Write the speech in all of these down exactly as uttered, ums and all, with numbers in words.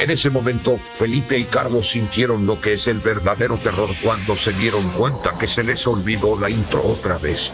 En ese momento, Felipe y Carlos sintieron lo que es el verdadero terror cuando se dieron cuenta que se les olvidó la intro otra vez.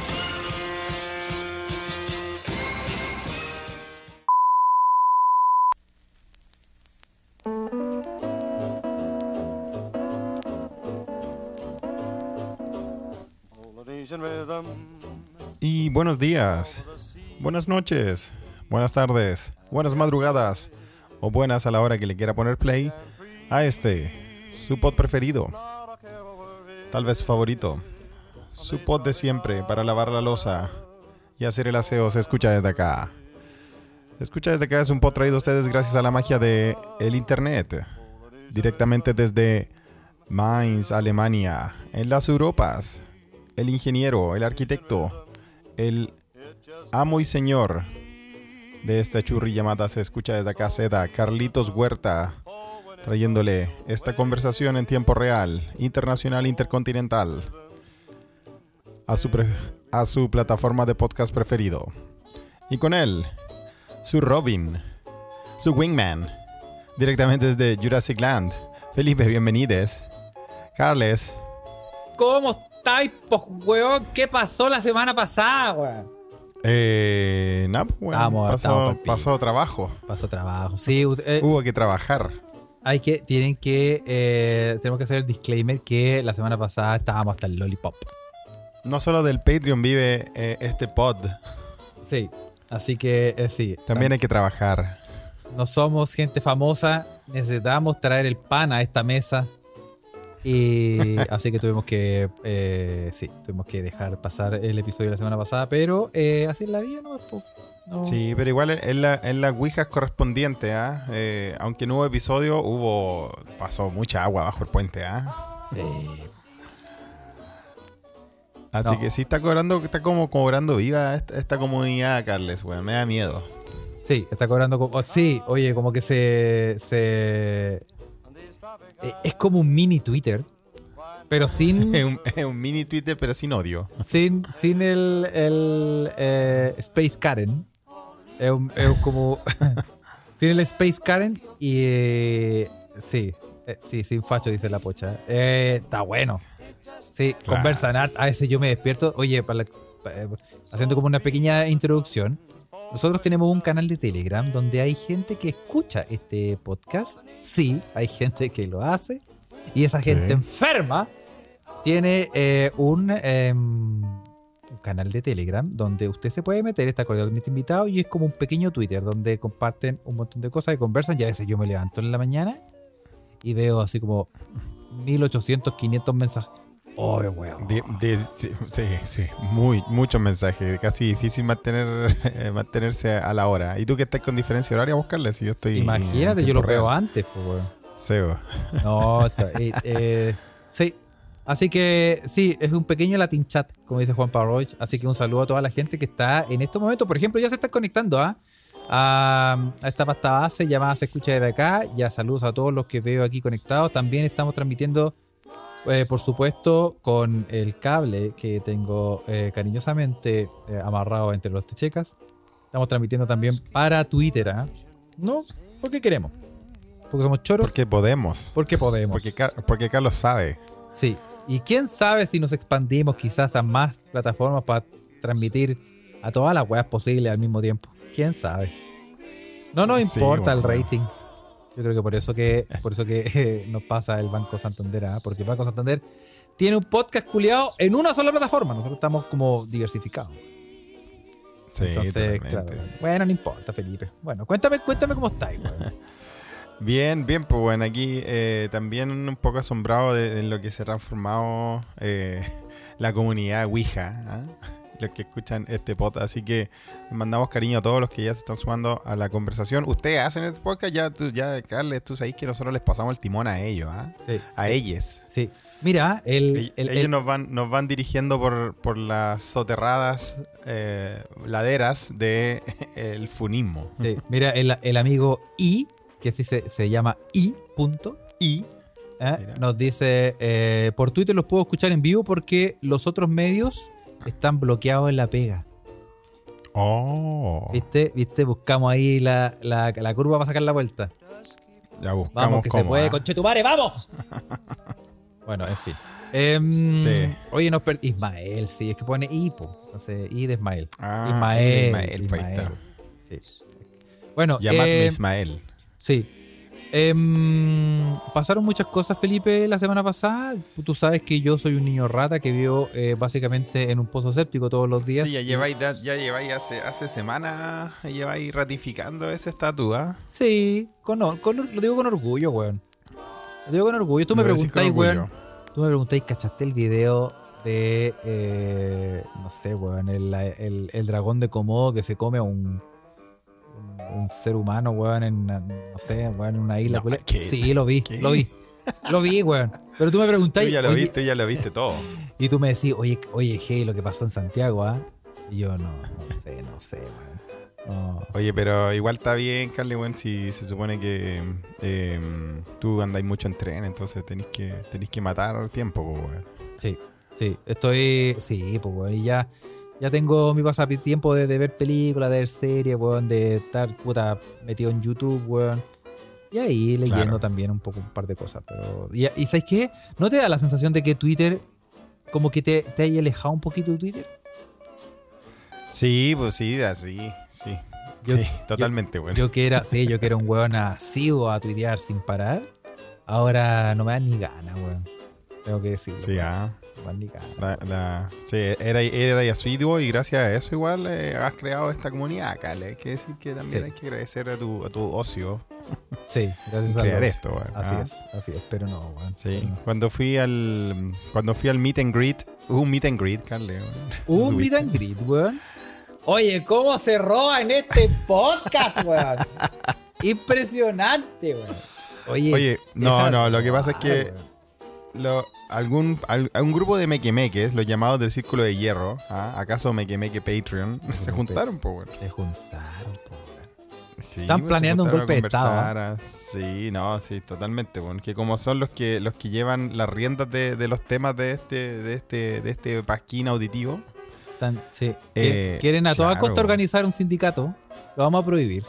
Y buenos días, buenas noches, buenas tardes, buenas madrugadas o buenas a la hora que le quiera poner play a este, su pod preferido, tal vez favorito, su pod de siempre para lavar la loza y hacer el aseo. Se escucha desde acá. Se escucha desde acá es un pod traído a ustedes gracias a la magia de el internet, directamente desde Mainz, Alemania, en las Europas. El ingeniero, el arquitecto, el amo y señor de esta churri llamada Se Escucha Desde Acá Seda, Carlitos Huerta, trayéndole esta conversación en tiempo real, internacional, intercontinental, a su, pre- a su plataforma de podcast preferido. Y con él, su Robin, su Wingman, directamente desde Jurassic Land. Felipe, bienvenides. Carles. ¿Cómo estáis, pues, weón? ¿Qué pasó la semana pasada, weón? Eh, no, bueno, Vamos, pasó, pasó trabajo. Pasó trabajo. Sí, eh, Hubo que trabajar. hay que, tienen que, eh, tenemos que hacer el disclaimer que la semana pasada estábamos hasta el lollipop. No solo del Patreon vive eh, este pod. Sí, así que eh, sí. También hay que trabajar. No somos gente famosa, necesitamos traer el pan a esta mesa. Y así que tuvimos que, eh, sí, tuvimos que dejar pasar el episodio de la semana pasada, pero eh, así es la vida, ¿no? Pues, no. Sí, pero igual en la, en las ouijas correspondientes, ¿ah? Eh, aunque no hubo episodio, hubo pasó mucha agua bajo el puente, ¿ah? Sí. Así No. que sí está cobrando, está como cobrando viva esta, esta comunidad, Carles, weón. Me da miedo. Sí, está cobrando. co- oh, sí, oye, como que se. se eh, es como un mini Twitter, pero sin. Es un, es un mini Twitter, pero sin odio. sin, sin el, el eh, Space Karen. Es, un- es un como. sin el Space Karen y. eh, sí, eh, sí, sin facho, dice la pocha. Eh, está bueno. Sí, Claro. conversan art. A veces yo me despierto. Oye, para la- pa- eh, haciendo como una pequeña introducción. Nosotros tenemos un canal de Telegram donde hay gente que escucha este podcast. Sí, hay gente que lo hace. Y esa Sí. gente enferma tiene eh, un, eh, un canal de Telegram donde usted se puede meter, está cordialmente invitado, y es como un pequeño Twitter donde comparten un montón de cosas y conversan. Y a veces yo me levanto en la mañana y veo así como mil ochocientos, quinientos mensajes. ¡Oh, weón! De- de- sí, sí, sí, muy, muchos mensajes. Casi difícil mantener eh, mantenerse a la hora. ¿Y tú que estás con diferencia horaria a buscarle? Si yo estoy. Imagínate, en yo lo tiempo veo real. antes, pues, weón. Sebo. No, está, eh, eh, sí. Así que sí, es un pequeño Latin chat, como dice Juan Parroy. Así que un saludo a toda la gente que está en estos momentos. Por ejemplo, ya se está conectando ¿ah? a, a esta pasta base llamada Se Escucha Desde Acá. Ya saludos a todos los que veo aquí conectados. También estamos transmitiendo, eh, por supuesto, con el cable que tengo eh, cariñosamente eh, amarrado entre los techecas. Estamos transmitiendo también para Twitter. ¿ah? No, porque queremos. Porque somos choros. Porque podemos. Porque podemos. Porque, Car- porque Carlos sabe. Sí. Y quién sabe si nos expandimos quizás a más plataformas para transmitir a todas las weas posibles al mismo tiempo. Quién sabe. No nos Sí, importa bueno. el rating. Yo creo que por eso que por eso que eh, nos pasa el Banco Santander, ¿ah? Porque el Banco Santander tiene un podcast culiado en una sola plataforma. Nosotros estamos como diversificados. Sí, Entonces, totalmente. claro. Bueno, no importa, Felipe. Bueno, cuéntame, cuéntame cómo estáis, weón. Bien, bien, pues bueno, aquí eh, también un poco asombrado de, de lo que se ha transformado eh, la comunidad Ouija, ¿ah? Los que escuchan este podcast. Así que les mandamos cariño a todos los que ya se están sumando a la conversación. Ustedes hacen el podcast, ya, tú, ya Carles, tú sabes que nosotros les pasamos el timón a ellos, ¿ah? Sí, A sí, ellos. sí. Mira, el, Ell- el- ellos el- nos van nos van dirigiendo por, por las soterradas eh, laderas de el funismo. sí, mira, el, el amigo I, que así se, se llama I, punto, Y ¿eh? Mira. Nos dice, eh, por Twitter los puedo escuchar en vivo porque los otros medios están bloqueados en la pega. oh, ¿Viste? ¿Viste? Buscamos ahí la, la, la curva para sacar la vuelta. Ya buscamos Vamos, que cómo, se puede, ¿ah? conchetumare, ¡vamos! Bueno, en fin. Em, Sí. Oye, nos per... Ismael, sí, es que pone Ipo. Entonces, I de Ismael. Ah, Ismael. Ismael, pues ahí está. Sí. Bueno, Llamadme eh, Ismael. sí. Em, pasaron muchas cosas, Felipe, la semana pasada. Tú sabes que yo soy un niño rata que vivo eh, básicamente en un pozo séptico todos los días. Sí, ya lleváis, ya lleváis hace, hace semanas, lleváis ratificando esa estatua. Sí, con, or- con or- lo digo con orgullo, weón. Lo digo con orgullo. Tú me Lo decís con preguntáis, weón. orgullo. Tú me preguntáis, ¿cachaste el video de, eh, no sé, weón, el, el, el dragón de Komodo que se come a un, un, un ser humano, weón, en, no sé, weón, en una isla? No, culé? ¿qué? Sí, lo vi, ¿Qué? lo vi. Lo vi, weón. Pero tú me Tú preguntáis, ya lo oye, viste, ya lo viste todo. y tú me decís, oye, oye, hey, lo que pasó en Santiago, ¿ah? Y yo, no, no sé, no sé, weón. No. Oye, pero igual está bien, Carly, weón, si se supone que eh, tú andáis mucho en tren, entonces tenéis que, tenéis que matar tiempo, po, weón. Sí, sí, estoy, sí, pues, weón, y ya, ya tengo mi pasatiempo de, de ver películas, de ver series, weón, de estar, puta, metido en YouTube, weón. Y ahí leyendo Claro. también un poco, un par de cosas, pero... Y, y ¿sabes qué? ¿No te da la sensación de que Twitter, como que te, te haya alejado un poquito de Twitter? Sí, pues sí, así, sí. Yo- sí, totalmente, weón. Yo que era, sí, yo que era un weón asiduo a tuitear sin parar, ahora no me dan ni ganas, weón. Tengo que decirlo. Sí, weón. ah. No me dan ni ganas. La, la, sí, era, era asiduo y gracias a eso igual eh, has creado esta comunidad, Carly. Hay que decir que también Sí. hay que agradecer a tu, a tu ocio Sí, gracias a crear Dios. esto, weón. Así Ah. es, así es, pero no, weón. Sí, pero no. cuando fui al cuando fui al meet and greet, hubo un meet and greet, Carly. weón. Un ¿Subiste? meet and greet, weón. Oye, ¿cómo se roba en este podcast, weón? Impresionante, weón. Oye, Oye, no, deja no, de lo que pasa es robar, que weón. Lo, algún, al- a un grupo de mequemeques, los llamados del Círculo de Hierro, ¿ah? ¿Acaso mequemeque Patreon? Se juntaron, po, weón. Se juntaron, po, weón. Sí, Están pues, planeando se un juntaron golpe a de conversar, ah, Sí, no, sí, totalmente, weón. Que como son los que los que llevan las riendas de, de los temas de este de este de este pasquín auditivo. Están- sí. Eh, Que- Quieren a toda claro, costa weón. organizar un sindicato. Lo vamos a prohibir.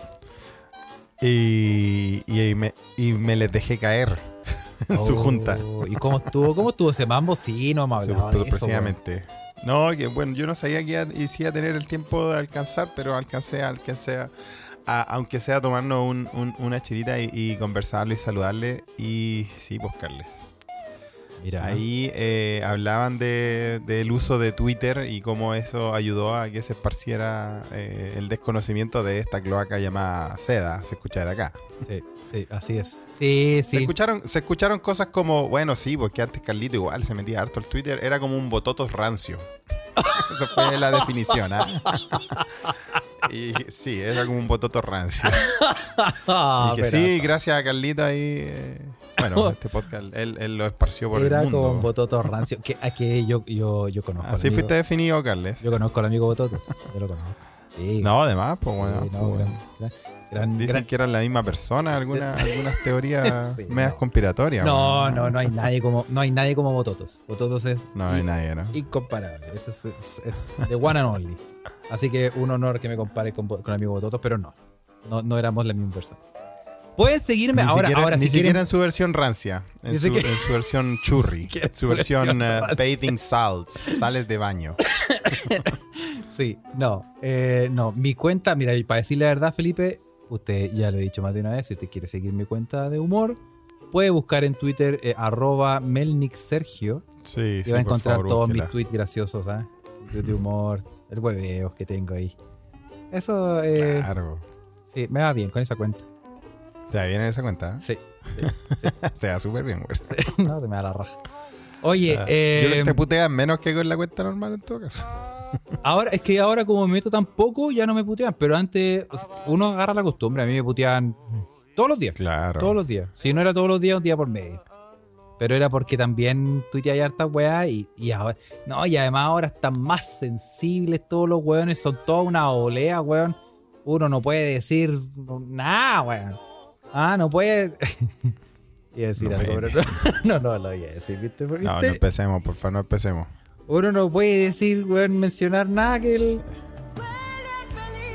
Y, y, me, y me les dejé caer en su Oh, junta. ¿Y cómo estuvo? ¿Cómo estuvo ese mambo? Sí, no me Sí, hablaba de eso, weón. precisamente. No, que bueno, yo no sabía que iba, y si iba a tener el tiempo de alcanzar, pero alcancé, alcancé a, a- aunque sea tomarnos un- un- una chirita y, y conversarlo y saludarle y sí, buscarles. Mira, Ahí eh, hablaban de, del uso de Twitter y cómo eso ayudó a que se esparciera eh, el desconocimiento de esta cloaca llamada seda, se escucha de acá. sí, sí, así es. Sí, Se, sí. escucharon, se escucharon cosas como, bueno, sí, porque antes Carlito igual se metía harto al Twitter, era como un bototos rancio. Esa fue la definición, ¿ah? Y sí, era como un bototo rancio. Ah, Dije, pero sí, gracias a Carlito ahí. eh, bueno, este podcast él, él lo esparció por era el mundo. como un bototo rancio. Que, a que yo, yo, yo conozco. al Así amigo- fuiste definido, Carles. Yo conozco al amigo Bototo. Yo lo conozco. Sí, No, además, pues sí, bueno. no, pues, gran- gran- gran- dicen gran- que eran la misma persona, algunas, algunas teorías Sí, medias no. conspiratorias. No, bueno. no, no hay nadie como, no hay nadie como Bototos. Bototos es No hay in- nadie, ¿no? incomparable. Ese es, es, es the one and only. Así que un honor que me compare con, Bo- con el amigo Bototos, pero no. No, no éramos la misma persona. Pueden seguirme Ni ahora, siquiera, ahora ni si siquiera quieren. en su versión rancia, en, Ni su, siquiera- en su versión churri, siquiera en su su versión versión eh, rancia. bathing salts, sales de baño. Sí, no, eh, no. Mi cuenta, mira, y para decirle la verdad, Felipe, usted ya lo he dicho más de una vez, si usted quiere seguir mi cuenta de humor, puede buscar en Twitter eh, arroba melnicksergio Sí, y sí, va a por encontrar favor, todos búsquela. mis tweets graciosos, ¿ah? Tweets de humor, el hueveos que tengo ahí. Eso, eh, Claro. sí, me va bien con esa cuenta. ¿Te va bien en esa cuenta? Sí, Se va súper bien, güey. no, se me da la raja. Oye, Yo eh, creo que te puteas menos que con la cuenta normal en todo caso. ahora, es que ahora como me meto tan poco, ya no me putean, pero antes o sea, uno agarra la costumbre, a mí me puteaban todos los días. Claro. Todos los días. Si no era todos los días, un día por medio. Pero era porque también tuiteaba hay hartas weas y, y ahora. No, y además ahora están más sensibles todos los weones, son toda una olea, weón. Uno no puede decir nada, weón. Ah, no puede. Iba a decir No algo, puede pero no, no, no lo iba a decir, ¿viste? ¿Viste? No, no empecemos, por favor, no empecemos. Uno no puede decir, weón, mencionar nada que el.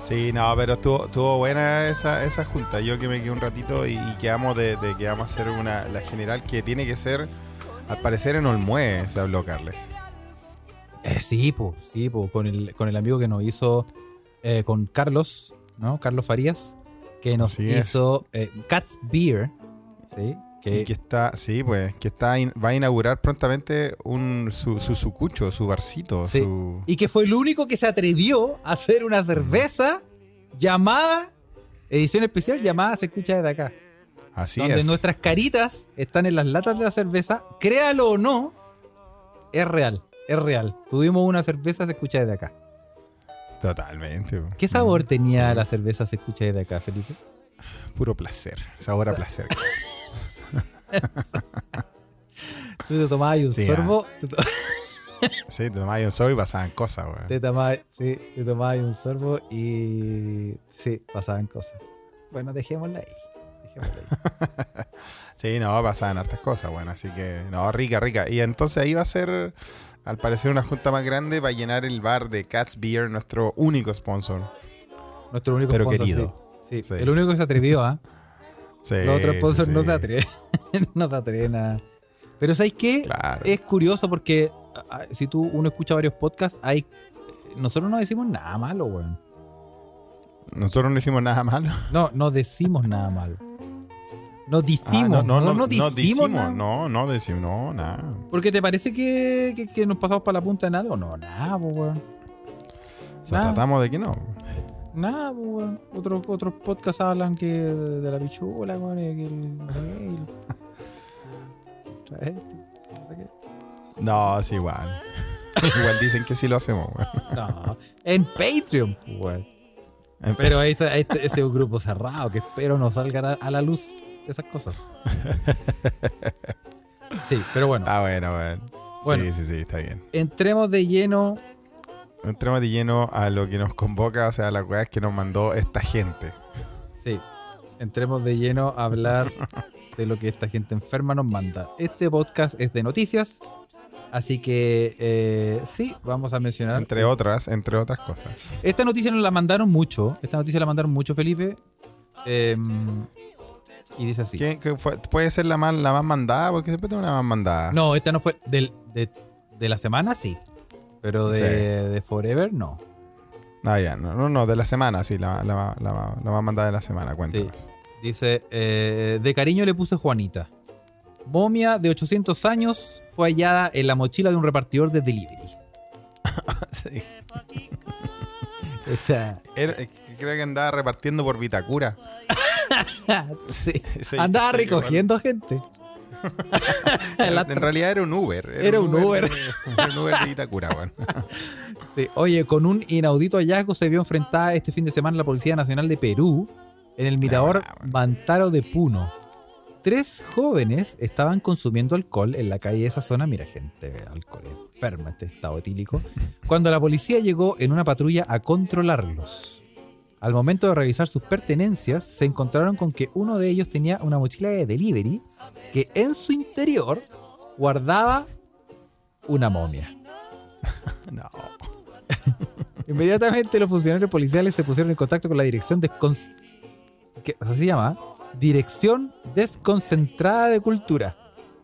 Sí, no, pero estuvo, estuvo buena esa, esa junta. Yo que me quedé un ratito y, y quedamos de, de que vamos a hacer una, la general que tiene que ser, al parecer en Olmué, se habló Carles. Eh, sí, pues, sí, po, con el, con el amigo que nos hizo, eh, con Carlos, ¿no? Carlos Farías, que nos Así es. hizo eh, Cat's Beer, ¿sí? Y Que, que está, sí, pues, que está in- va a inaugurar prontamente un su, su sucucho, su barcito, sí, su... y que fue el único que se atrevió a hacer una cerveza llamada, edición especial llamada Se Escucha Desde Acá. Así donde es. nuestras caritas están en las latas de la cerveza. Créalo o no, es real, es real. Tuvimos una cerveza Se Escucha Desde Acá. Totalmente. po. ¿Qué sabor Mm, tenía sí. la cerveza Se Escucha Desde Acá, Felipe? Puro placer, sabor a placer. Tú te tomabas un Sí, sorbo, te, to- Sí, te tomabas un sobre y pasaban cosas, weón. te tomabas, sí, te tomabas un sorbo y sí, pasaban cosas. Bueno, dejémosla ahí. Dejémosla ahí. Sí, no, pasaban hartas cosas, bueno, así que, no, rica, rica. Y entonces ahí va a ser, al parecer, una junta más grande para llenar el bar de Cat's Beer, nuestro único sponsor. Nuestro único Pero sponsor, querido. Sí. Sí, Sí. el único que se atrevió, ¿ah? Sí, Los otros sponsors sí, no sí. se atreven. No se atreven a. Pero ¿sabes qué? Claro. Es curioso porque a- a- si tú uno escucha varios podcasts, hay. Nosotros no decimos nada malo, weón. Nosotros no hicimos nada malo. No, no decimos nada malo. No Ah, decimos, no, no, no, no, no no decimos nada. no, no decimos, no, nada. Porque te parece que, que, que nos pasamos para la punta en algo. No, nada, po, weón. O sea, Nada. tratamos de que no. Nada, po, weón. Otros, otros podcasts hablan que de la pichula, weón, y que el. No sé qué. y el- travesti, no sé qué. No, es igual. Igual dicen que sí lo hacemos, weón. No, en Patreon, po, weón. Pero ahí está- ahí está- ese es un grupo cerrado que espero no salga a, a la luz de esas cosas. Sí, pero bueno, Ah, bueno, bueno. Bueno. Sí, sí, sí, está bien. entremos de lleno. Entremos de lleno a lo que nos convoca, o sea, las weas que nos mandó esta gente. Sí, entremos de lleno a hablar de lo que esta gente enferma nos manda. Este podcast es de noticias, así que eh, sí, vamos a mencionar. Entre otras, entre otras cosas. Esta noticia nos la mandaron mucho. Esta noticia la mandaron mucho, Felipe. Eh, y dice así. ¿Qué- qué fue? ¿Puede ser la más, la más mandada? Porque siempre tengo una más mandada. No, esta no fue. Del, de, de la semana sí. Pero de, Sí. de Forever no. Ah, ya, no, no, no, de la semana, sí, la, la, la, la más mandada de la semana, cuéntanos. Sí. Dice, eh, de cariño le puse Juanita. Momia de ochocientos años fue hallada en la mochila de un repartidor de delivery. Sí. Esta- Era- eh, creo que andaba repartiendo por Vitacura. sí. Sí, Andaba sí, recogiendo gente. La- En realidad era un Uber. Era un Uber. Era un Uber de Vitacura, weón. Sí. Oye, con un inaudito hallazgo se vio enfrentada este fin de semana la Policía Nacional de Perú en el mirador Ah, bueno. Mantaro de Puno. Tres jóvenes estaban consumiendo alcohol en la calle de esa zona. Mira, gente, alcohol enferma, este estado etílico. Cuando la policía llegó en una patrulla a controlarlos. Al momento de revisar sus pertenencias, se encontraron con que uno de ellos tenía una mochila de delivery que en su interior guardaba una momia. No. Inmediatamente los funcionarios policiales se pusieron en contacto con la dirección descon- ¿qué así se llama? Dirección Desconcentrada de Cultura.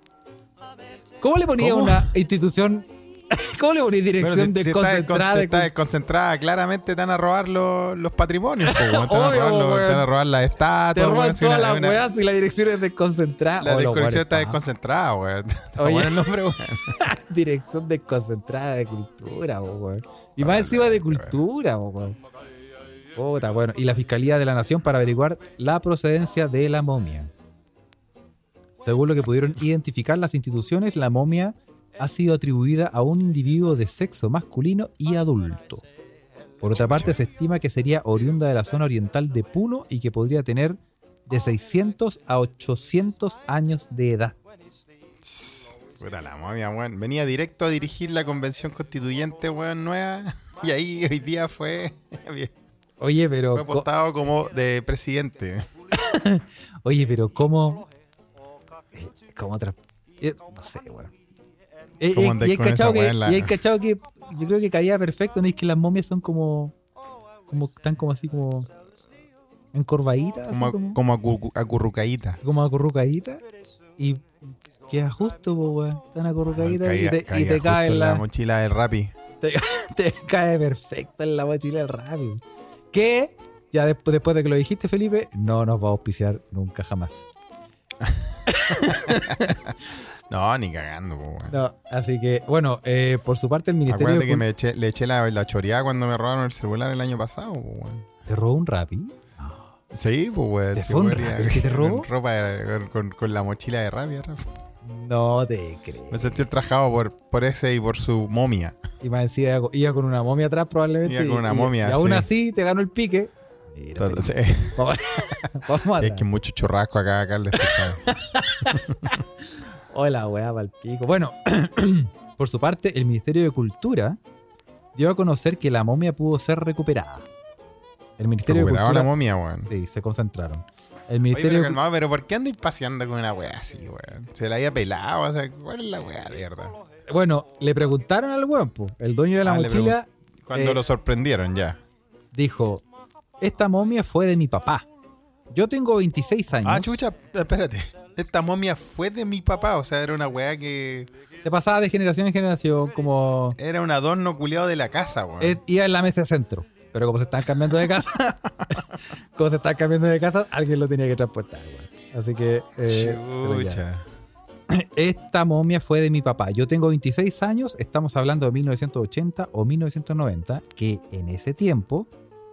¿Cómo le ponía ¿Cómo? una institución? ¿Cómo le ponía Bueno, Dirección si, si está, Desconcentrada descon- de está Cultura? desconcentrada, claramente te van a robar los, los patrimonios. Po, weón. te, van a Obvio, robar los- weón. te van a robar las Te estatuas. roban weón, si todas una- las una- weas y la dirección es desconcentrada. La Oh, los desconexión weones, está pa. desconcentrada, weón. Te Oye. ponen el nombre, weón. Dirección Desconcentrada de Cultura, po, weón. Y Ah, más encima de no, weón. cultura, po, weón. Puta, bueno. Y la Fiscalía de la Nación para averiguar la procedencia de la momia. Según lo que pudieron identificar las instituciones, la momia ha sido atribuida a un individuo de sexo masculino y adulto. Por otra parte, se estima que sería oriunda de la zona oriental de Puno y que podría tener de seiscientos a ochocientos años de edad. Puta la momia, weón. Venía directo a dirigir la convención constituyente, weón, nueva. Y ahí hoy día fue, Oye, pero... fue co- apostado como de presidente. Oye, pero ¿cómo? ¿Cómo otra? eh, No sé, weón. Eh, ¿Cómo eh, andáis y hay con esa cachado que, weá en la- y hay cachado que yo creo que caía perfecto, ¿no? Es que las momias son como como, están como así como encorvaditas, Como, así como, como acu- acurrucadita. como acurrucaditas. Y queda justo, po, weón. Están acurrucaditas y Caía- te, y caía te justo cae en en la la, mochila del Rappi. te, te cae perfecto en la mochila del radio. Que ya después, después de que lo dijiste, Felipe, no nos va a auspiciar nunca jamás. No, ni cagando, po, weón. No, así que, bueno, eh, por su parte el Ministerio Acuérdate de que Cul- me eché, le eché la, la choreada cuando me robaron el celular el año pasado, po, weón. ¿Te robó un Rappi? Sí, pues, weón. ¿Te sí, fue un weón, Rappi iba- que te robó? Con, ropa de- con, con- con la mochila de Rappi. Rappi. No te creo. Me sentí ultrajado por, por ese y por su momia. Y más encima iba con- iba con una momia atrás probablemente. Iba con una y- momia, Y aún sí. así te ganó el pique. Mira, Entonces, Felipe, vamos, vamos es atrás. que mucho churrasco acá, Carlos. tú sabes. Hola, weá, pa'l pico. Bueno, por su parte, el Ministerio de Cultura dio a conocer que la momia pudo ser recuperada. El Ministerio de Recuperaba Cultura... la momia, weón. Sí, se concentraron. El Oye, Ministerio pero de Cul- calmado, pero ¿por qué andáis paseando con una wea así, weón? Se la había pelado, o sea, ¿cuál es la wea de verdad? Bueno, le preguntaron al weón, po, el dueño de la Ah, le mochila Cuando eh, lo sorprendieron ya. dijo, esta momia fue de mi papá. Yo tengo veintiséis años. Ah, chucha, espérate. Esta momia fue de mi papá, o sea, era una weá que... Se pasaba de generación en generación como... Era un adorno culiado de la casa, weón. eh, iba en la mesa de centro. Pero como se están cambiando de casa, como se están cambiando de casa, alguien lo tenía que transportar, weón. Así que... eh, se lo lleva. Chucha. Esta momia fue de mi papá. Yo tengo veintiséis años, estamos hablando de mil novecientos ochenta o mil novecientos noventa, que en ese tiempo,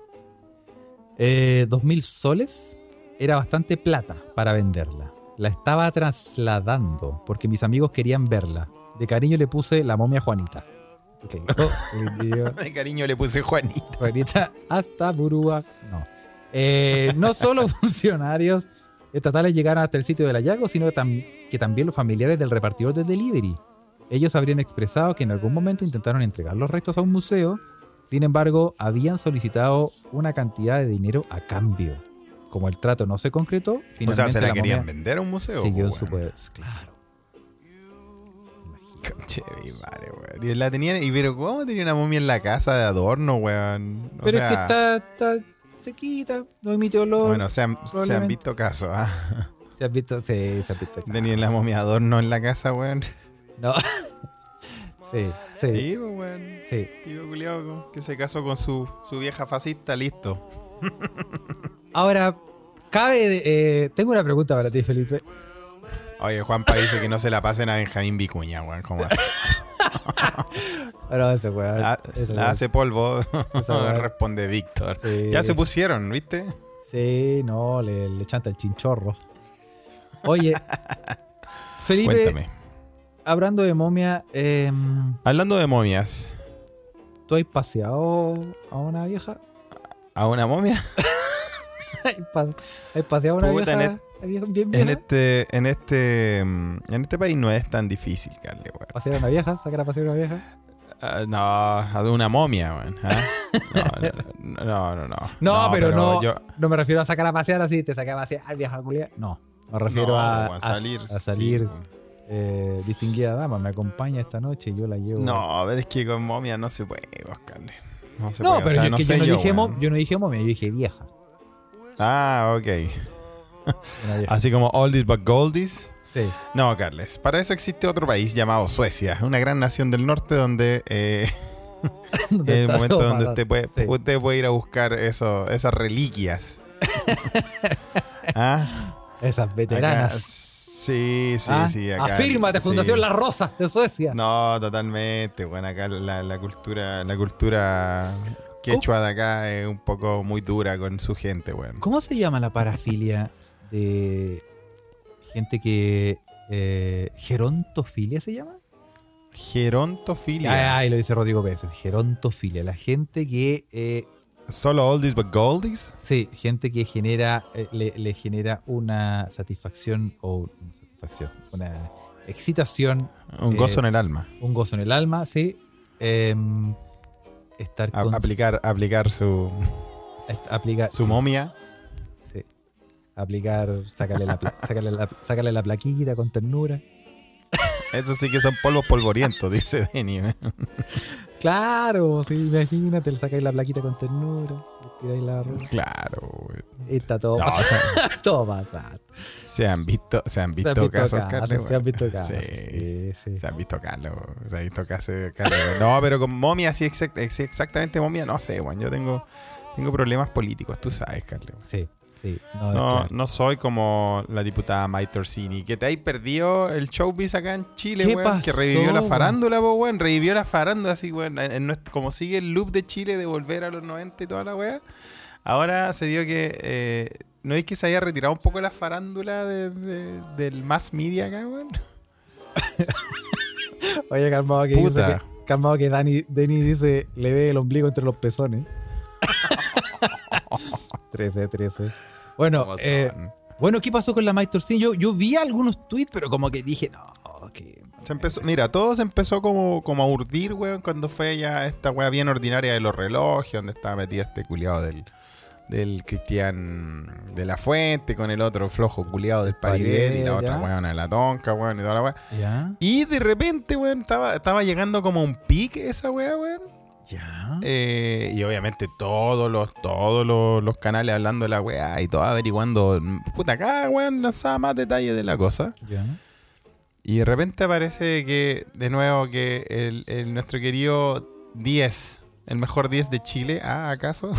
eh, dos mil soles era bastante plata para venderla. La estaba trasladando porque mis amigos querían verla. De cariño le puse la momia Juanita. Claro, hoy día, De cariño le puse Juanita. Juanita hasta Burúa. No. Eh, no solo funcionarios estatales llegaron hasta el sitio del hallazgo, sino que, tam- que también los familiares del repartidor de delivery. Ellos habrían expresado que en algún momento intentaron entregar los restos a un museo, sin embargo, habían solicitado una cantidad de dinero a cambio. Como el trato no se concretó, finalmente O sea, se la, la querían momia vender a un museo. siguió en po, su weón. poder. Claro. Conche mi madre, weón. Y la tenían, y pero ¿cómo tenía una momia en la casa de adorno, weón? O Pero sea, es que está, está sequita, no emite olor. Bueno, se han, se han probablemente. visto casos, ¿ah? ¿Se has visto? Sí, se has visto. Tenían la momia de adorno en la casa, weón. No. sí, sí, sí. Sí, pues, weón. Tío culiao que se casó con su, su vieja fascista, listo. Ahora, cabe. de- eh, tengo una pregunta para ti, Felipe. Oye, Juanpa dice que no se la pasen a Benjamín Vicuña, weón. ¿Cómo hace? Pero ese weón. La, ese la weón. hace polvo, weón. responde Víctor. Sí. Ya se pusieron, ¿viste? Sí, no, le, le chanta el chinchorro. Oye, Felipe, Cuéntame. hablando de momia, eh, Hablando de momias, ¿tú has paseado a una vieja? ¿a una momia? ¿Has pa- has paseado a una Puta, vieja, en et- vieja bien vieja? En este, en este, mm, en este país no es tan difícil, Carle, weón. ¿Pasear a una vieja? ¿Sacar a pasear a una vieja? Ah, no, a de una momia, weón. ¿ah? No, no, no, no, no. No, pero, no, yo- no me refiero a sacar a pasear así, te saqué a pasear, ay, vieja culia. No, me refiero no, a, weón, a- salir. a salir. sí, weón. eh, distinguida dama, me acompaña esta noche y yo la llevo. No, pero es que con momia no se puede, Carle. No, se No, puede, o pero sea, yo, no que sé yo, no dije weón. mo- yo no dije momia, yo dije vieja. Ah, ok. Una vieja. Así como oldies but goldies. Sí. No, Carles. Para eso existe otro país llamado Suecia, una gran nación del norte donde eh, es el Está momento todo donde pasando. usted puede, Sí. usted puede ir a buscar eso, esas reliquias. ¿Ah? Esas Acá- veteranas. sí, sí, Ah, sí. Acá, Afírmate, Fundación sí. La Rosa de Suecia. No, totalmente. Bueno, acá la, la cultura, la cultura quechua de acá es un poco muy dura con su gente, weón. ¿Cómo se llama la parafilia de gente que... Eh, ¿Gerontofilia se llama? Gerontofilia. Ay, ay, lo dice Rodrigo Pérez. Gerontofilia. La gente que... eh, Solo oldies but goldies. sí, gente que genera... eh, le, le genera una satisfacción o... Una satisfacción. Una excitación. Un Eh, gozo en el alma. Un gozo en el alma, sí. Em, estar A- con... aplicar, aplicar su, est- aplicar, su sí. momia. Sí. Aplicar, sacarle la, pla- sacarle la, sacarle la plaquita con ternura. Eso sí que son polvos polvorientos, dice Denny. Claro, sí, imagínate, le sacáis la plaquita con ternura, le tiráis la arroz. Claro, güey. Y está todo No, pasado. o sea, todo pasado. se han visto, se han visto, Se han visto casos, casos, Carle, se han güey. visto casos, Sí, sí, sí. se han visto casos, se han visto casos, Carle, güey. No, pero con momia, sí, exact, sí, exactamente momia, no sé, güey. Yo tengo, tengo problemas políticos, tú sabes, Carle. Güey. Sí, sí. No, No, es que- no soy como la diputada Maite Orsini, que te hay perdido el showbiz acá en Chile, ¿Qué weón, que pasó, revivió la weón? farándula, po, weón, revivió la farándula así, weón, en- en nuestro- como sigue el loop de Chile de volver a los noventa y toda la weá. Ahora se dio que, eh, ¿no es que se haya retirado un poco la farándula de- de- del mass media acá, weón? Oye, calmado que Puta. dice que, calmado que Dani, Denny dice, le ve el ombligo entre los pezones. trece, trece. Bueno, ¿Cómo eh, son? bueno, ¿qué pasó con la Mike Torcini? Yo, yo vi algunos tweets, pero como que dije, no, que... Se empezó, mira, todo se empezó como, como a urdir, weón, cuando fue ya esta weá bien ordinaria de los relojes, donde estaba metida este culiado del, del Cristian de la Fuente con el otro flojo culiado del Paridel y la Paridel, otra ya. weona de la Tonka, weón, y toda la weá. ¿Ya? Y de repente, weón, estaba, estaba llegando como a un pique esa weá, weón. ¿Ya? Eh, y obviamente todos los, todos los, los canales hablando de la weá y todo averiguando. Puta, acá, weón, lanzaba más detalles de la cosa. ¿Ya? Y de repente aparece que, de nuevo, que el, el- nuestro querido diez, el mejor diez de Chile, ah, ¿acaso?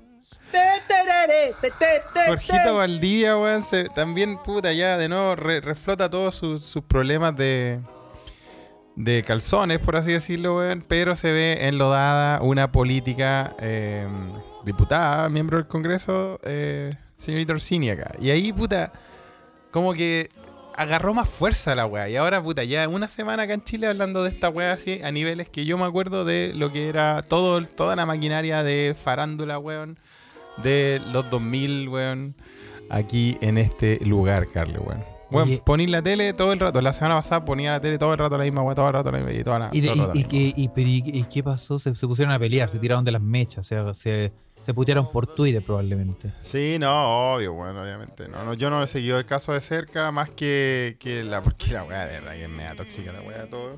Jorgito Valdivia, weón, se- también, puta, ya de nuevo re- reflota todos sus, sus problemas de, de calzones, por así decirlo, weón, pero se ve enlodada una política eh, diputada, miembro del Congreso, eh, señorita Orsini acá. Y ahí, puta, como que agarró más fuerza la weá. Y ahora, puta, ya una semana acá en Chile hablando de esta weá así, a niveles que yo me acuerdo de lo que era todo, toda la maquinaria de farándula, weón, de los dos mil, weón, aquí en este lugar, Carle, weón. Weón, Oye. poní la tele todo el rato. La semana pasada ponía la tele todo el rato la misma weá, todo el rato la misma y toda la, ¿Y, de- todo el rato y- la y misma. qué- y- pero y- y qué pasó? Se, se pusieron a pelear, se tiraron de las mechas, se, se, se putearon por Twitter probablemente. Sí, no, obvio, bueno, obviamente. No, no, yo no he seguido el caso de cerca, más que, que la. Porque la weá de verdad que es media tóxica la weá todo.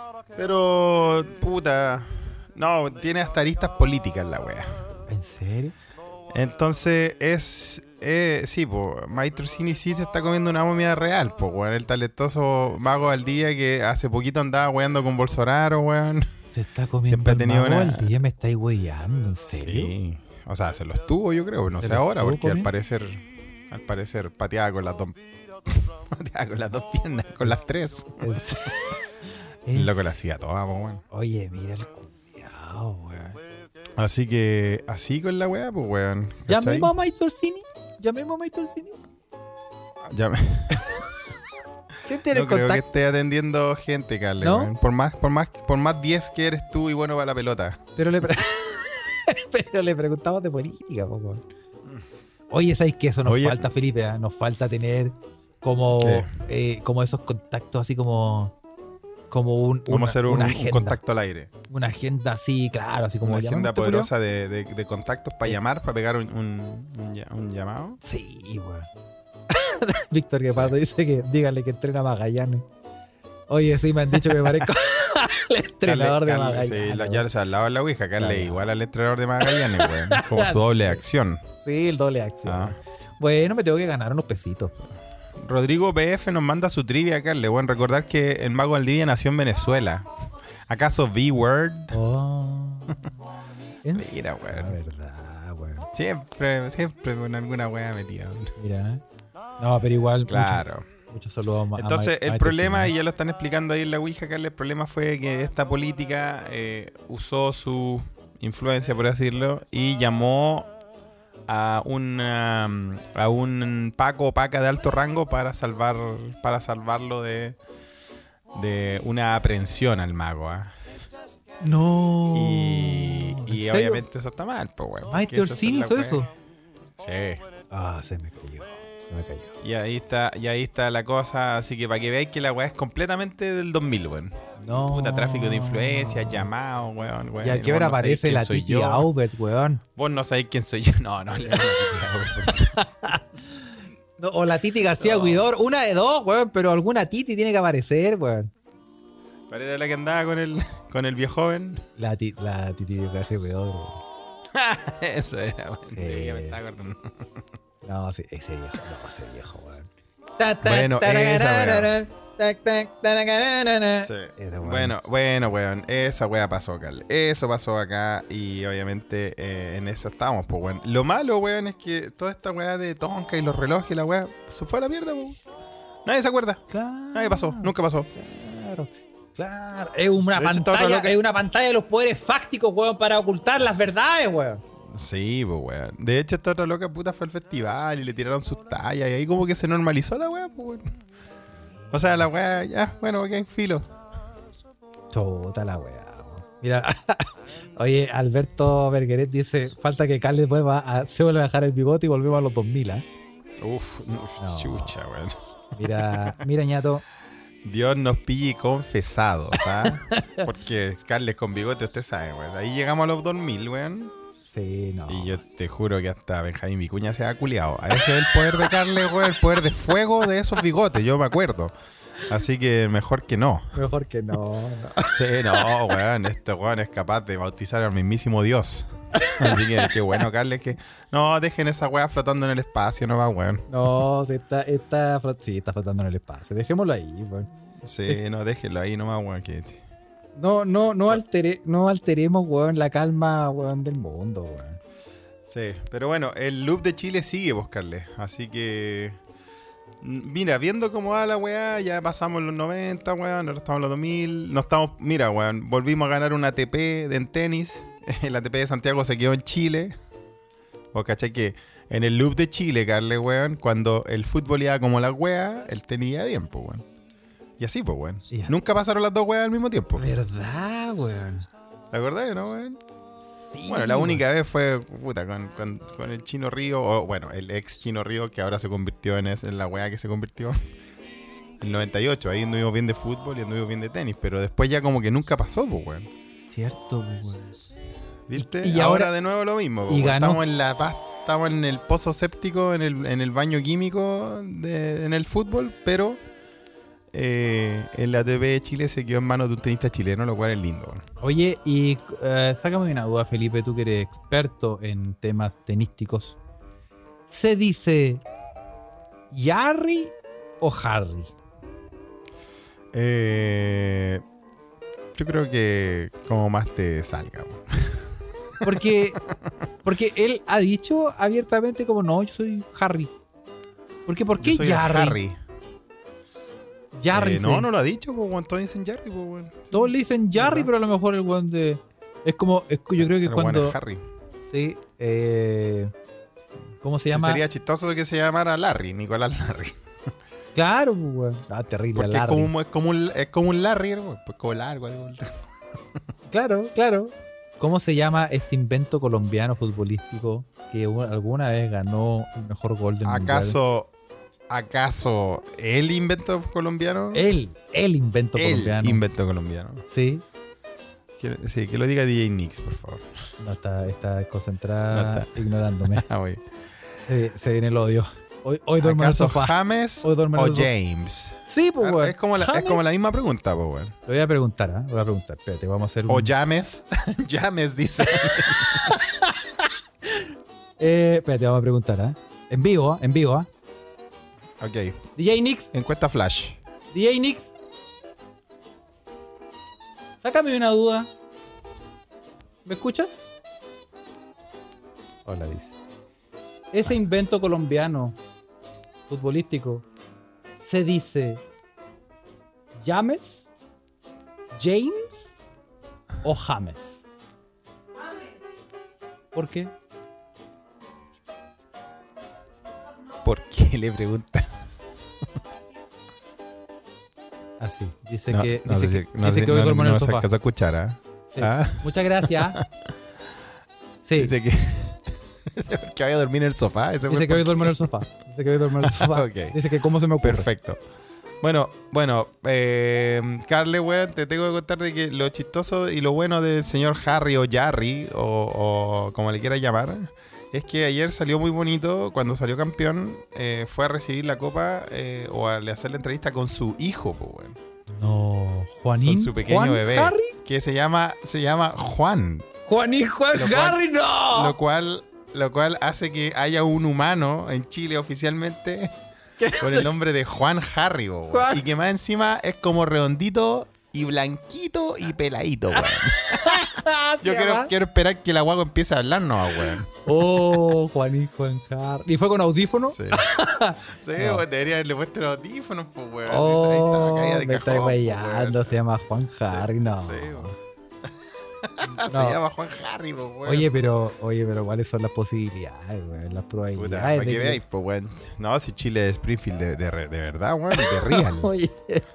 Pero, puta. No, tiene hasta aristas políticas la weá. ¿En serio? Entonces es. Eh, sí, pues, Maite Orsini sí se está comiendo una momia real, pues, weón. El talentoso mago al día que hace poquito andaba weando con Bolsonaro, weón. Se está comiendo Siempre ha el tenido mago una- al día, me estáis huellando, ¿en serio? Sí. O sea, se los tuvo, yo creo, no ¿Se sé los ahora, tuvo porque al comiendo? parecer. Al parecer pateaba con las dos. pateaba con las dos piernas, con las tres. ¿En se- El en loco la hacía toda, pues, weón. Oye, mira el culiao, weón. Así que, así con la weá, pues, weón. ¿cachai? ¿Llamemos a Mike Torsini? ¿Llamemos a Mike Torsini? Ya me- ¿Quién tiene No el creo que contacto? esté atendiendo gente, Carle, ¿No? weón. Por más, por más, por más diez que eres tú y bueno para la pelota. Pero le, pre- Pero le preguntamos de política, po, weón. Oye, ¿sabes qué? Eso nos Oye. falta, Felipe. ¿ah? Nos falta tener como, ¿Qué? eh, como esos contactos así como. Como un, Vamos una, a hacer un, una un agenda. contacto al aire. Una agenda así, claro, así como Una ¿llamamos agenda a este poderosa de, de- de contactos para Eh. llamar, para pegar un, un, un ll- un llamado. culiao? Sí, weón. Víctor Guepardo dice que díganle que entrena a Magallanes. Oye, sí, me han dicho que me parezco al entrenador Carle- de Carle, Magallanes. sí, lo- weón. ya se al lado de la Ouija, Carle, Claro. igual al entrenador de Magallanes, weón. Como su doble acción. Sí, el doble acción. Ah. Bueno, me tengo que ganar unos pesitos. Rodrigo P F nos manda su trivia, Carle. Bueno, recordar que el mago Valdivia nació en Venezuela. ¿Acaso V-Word? Oh. ¿En Mira, serio? weón. verdad, weón. Siempre, siempre con alguna weá metida. weón. Mira. No, pero igual. Claro. Muchos, muchos saludos a Entonces, a Ma- el a problema, Maite y ya lo están explicando ahí en la Ouija, Carle, el problema fue que esta política eh, usó su influencia, por así decirlo, y llamó a una, a un Paco o Paca de alto rango para salvar para salvarlo de, de una aprehensión al mago. ¿ah? Cine. No. Y, ¿En y serio? obviamente eso está mal, pues, weón. Maite porque esa es Orsini la hizo weá. eso. Sí. Ah, se me cayó. Se me cayó. Y ahí está, y ahí está la cosa, así que para que veáis que la weá es completamente del dos mil, weón. No. Puta tráfico de influencias, llamados, weón, weón. ¿Y a qué Vos hora no sabéis aparece quién la soy Titi yo. Aubert, weón? Vos no sabéis quién soy yo. No, no, le- no, No, o la Titi García No. Huidor. Una de dos, weón, pero alguna Titi tiene que aparecer, weón. ¿Cuál era la que andaba con el, con el viejo joven? La, ti, la Titi de clase peor. Eso era, weón. Sí. Sí, ya me estaba acordando. No, sí, ese viejo, no, ese viejo, weón. Bueno, esa weón. Sí. Sí. Bueno, bueno, weón. Esa weá pasó, Carl. Eso pasó acá y obviamente eh, en eso estamos, pues, weón. Lo malo, weón, es que toda esta weá de Tonka y los relojes y la weá se fue a la mierda, weón. Nadie se acuerda. Claro. Nadie pasó, nunca pasó. Claro. Claro. Es una De hecho, está pantalla, otra loca. es una pantalla de los poderes fácticos, weón, para ocultar las verdades, weón. Sí, pues, weón. De hecho, esta otra loca puta fue al festival y le tiraron sus tallas y ahí como que se normalizó la weá, pues, weón. O sea, la weá, ya, bueno, ok, filo. Chota la weá. Mira, oye, Alberto Bergeret dice, falta que Carles vuelva a, se vuelva a dejar el bigote y volvemos a los dos mil, ¿eh? Uf, uf No. chucha, weón. Mira, mira, ñato. Dios nos pille confesados, ¿ah? Porque Carles con bigote, usted sabe, weón. Ahí llegamos a los dos mil, weón. Sí, no. Y yo te juro que hasta Benjamín Vicuña se ha culiado. A ese es el poder de Carles, weón, el poder de fuego de esos bigotes, yo me acuerdo. Así que mejor que no. Mejor que no. no. Sí, no, weón, este weón es capaz de bautizar al mismísimo Dios. Así que qué bueno, Carles, que no dejen esa weá flotando en el espacio, no va, weón. No, sí, está, está, flot- sí, está flotando en el espacio. Dejémoslo ahí, weón. Sí, no, déjenlo ahí nomás, weón. Que... No, no, no, altere, no alteremos, weón, la calma, weón, del mundo, weón. Sí, pero bueno, el loop de Chile sigue, vos, Carles. Así que... Mira, viendo cómo va la weá, ya pasamos los noventa, weón, ahora estamos en los dos mil. No estamos, mira, weón, volvimos a ganar una A T P de en tenis. La A T P de Santiago se quedó en Chile. ¿Vos cachai que en el loop de Chile, Carles, weón, cuando el fútbol iba como la weá, el tenis iba bien, pues, weón. Y así, pues, weón. Ya. Nunca pasaron las dos weas al mismo tiempo. ¿Verdad, weón? ¿Te acordás, no, weón? Sí, Bueno, la weón. única vez fue, puta, con, con, con el Chino Río, o bueno, el ex Chino Río, que ahora se convirtió en, es, en la wea que se convirtió. El noventa y ocho, ahí anduvimos bien de fútbol y anduvimos bien de tenis, pero después ya como que nunca pasó, pues, weón. Cierto, weón. ¿Viste? Y- y ahora, ahora- de nuevo lo mismo, y pues, weón. ganó. Estamos en la paz, estamos en el pozo séptico, en el, en el baño químico de, en el fútbol, pero eh, el A T P de Chile se quedó en manos de un tenista chileno, lo cual es lindo, weón. Oye, y eh, sácame una duda, Felipe, tú que eres experto en temas tenísticos. ¿Se dice Yarry o Harry? Eh, yo creo que como más te salga, weón. Porque, porque él ha dicho abiertamente como, no, yo soy Harry. ¿Por qué, ¿por qué Yo soy el Yarry? Harry. Yarry Eh, se no, dice. no lo ha dicho, pues, weón. Todos dicen Jarry, pues, weón. Todos le dicen Yarry, ¿Verdad? pero a lo mejor el weón de... Es como, es- yo creo que Pero bueno, cuando... es Harry. Sí, eh, ¿cómo se Sí, llama? sería chistoso que se llamara Larry, Nicolás Larry. Claro, pues, weón. Ah, terrible, Porque es Larry. como, un- es, como un, es como un Larry, weón. Pues como largo. Digo. Claro, claro. ¿Cómo se llama este invento colombiano futbolístico que u- alguna vez ganó el mejor gol del mundial? ¿Acaso, ¿Acaso el invento colombiano? El, el invento El colombiano. invento colombiano. Sí. Que- Sí, que lo diga D J Nix, por favor. No está, está concentrada, No está. ignorándome. Ah, güey. Se, se viene el odio. Hoy, hoy duermo en el ¿Acaso sofá. James Hoy o duermo en el sofá. James? Sí, pues, Claro, weón. es, como la, es James- como la misma pregunta, pues, weón. Lo voy a preguntar, ¿ah? Lo voy a preguntar. Espérate, vamos a hacer un... O James. James dice. Eh, espérate, vamos a preguntar, ¿ah? En vivo, ¿ah? En vivo, ¿ah? Ok. D J Nix, Encuesta Flash. D J Nix. Sácame una duda. ¿Me escuchas? Hola, dice. Ese invento colombiano futbolístico se dice James, James o James. ¿Por qué? ¿Por qué le pregunta? Así, dice No, que, no dice sé que, si- no dice sé- que hoy no- duermo en no el se sofá. alcanzó a escuchar, ¿ah? Sí. Ah. Muchas gracias. Sí, Dice que, que vaya a dormir en el sofá. Ese dice fue que hoy por- duermo en el sofá. Dice que hoy duermo en el sofá. Ok. Dice que cómo se me ocurre. Perfecto. Bueno, bueno, eh, Carle, weón, te tengo que contar de que lo chistoso y lo bueno del señor Harry o Jarry, o, o como le quieras llamar, es que ayer salió muy bonito, cuando salió campeón, eh, fue a recibir la copa eh, o a le hacer la entrevista con su hijo, pues, weón. No, Juanín. Con su pequeño ¿Juan bebé. Harry? Que se llama, se llama Juan. Juanín Juan Lo cual- Harry, no. Lo cual, lo cual hace que haya un humano en Chile oficialmente con el nombre de Juan Harry, bo, weón. Juan- Y que más encima es como redondito y blanquito y peladito, weón. Yo ¿Se quiero, llama? quiero esperar que la guagua empiece a hablarnos, weón. Oh, Juanín Juan Harry. ¿Y fue con audífono? Sí, sí No. weón, debería haberle puesto los audífonos, pues, weón. Oh, Ahí estaba caída de me cajón, está pues, guayando, weón. se llama Juan Harry, no. Sí, weón. Se No. llama Juan Harry, pues, weón. Oye, pero, oye, pero ¿cuáles son las posibilidades, weón? Las Puta, probabilidades para de que que- veáis, pues, weón. No, si Chile es Springfield de, de, de verdad, weón, de real. Oye,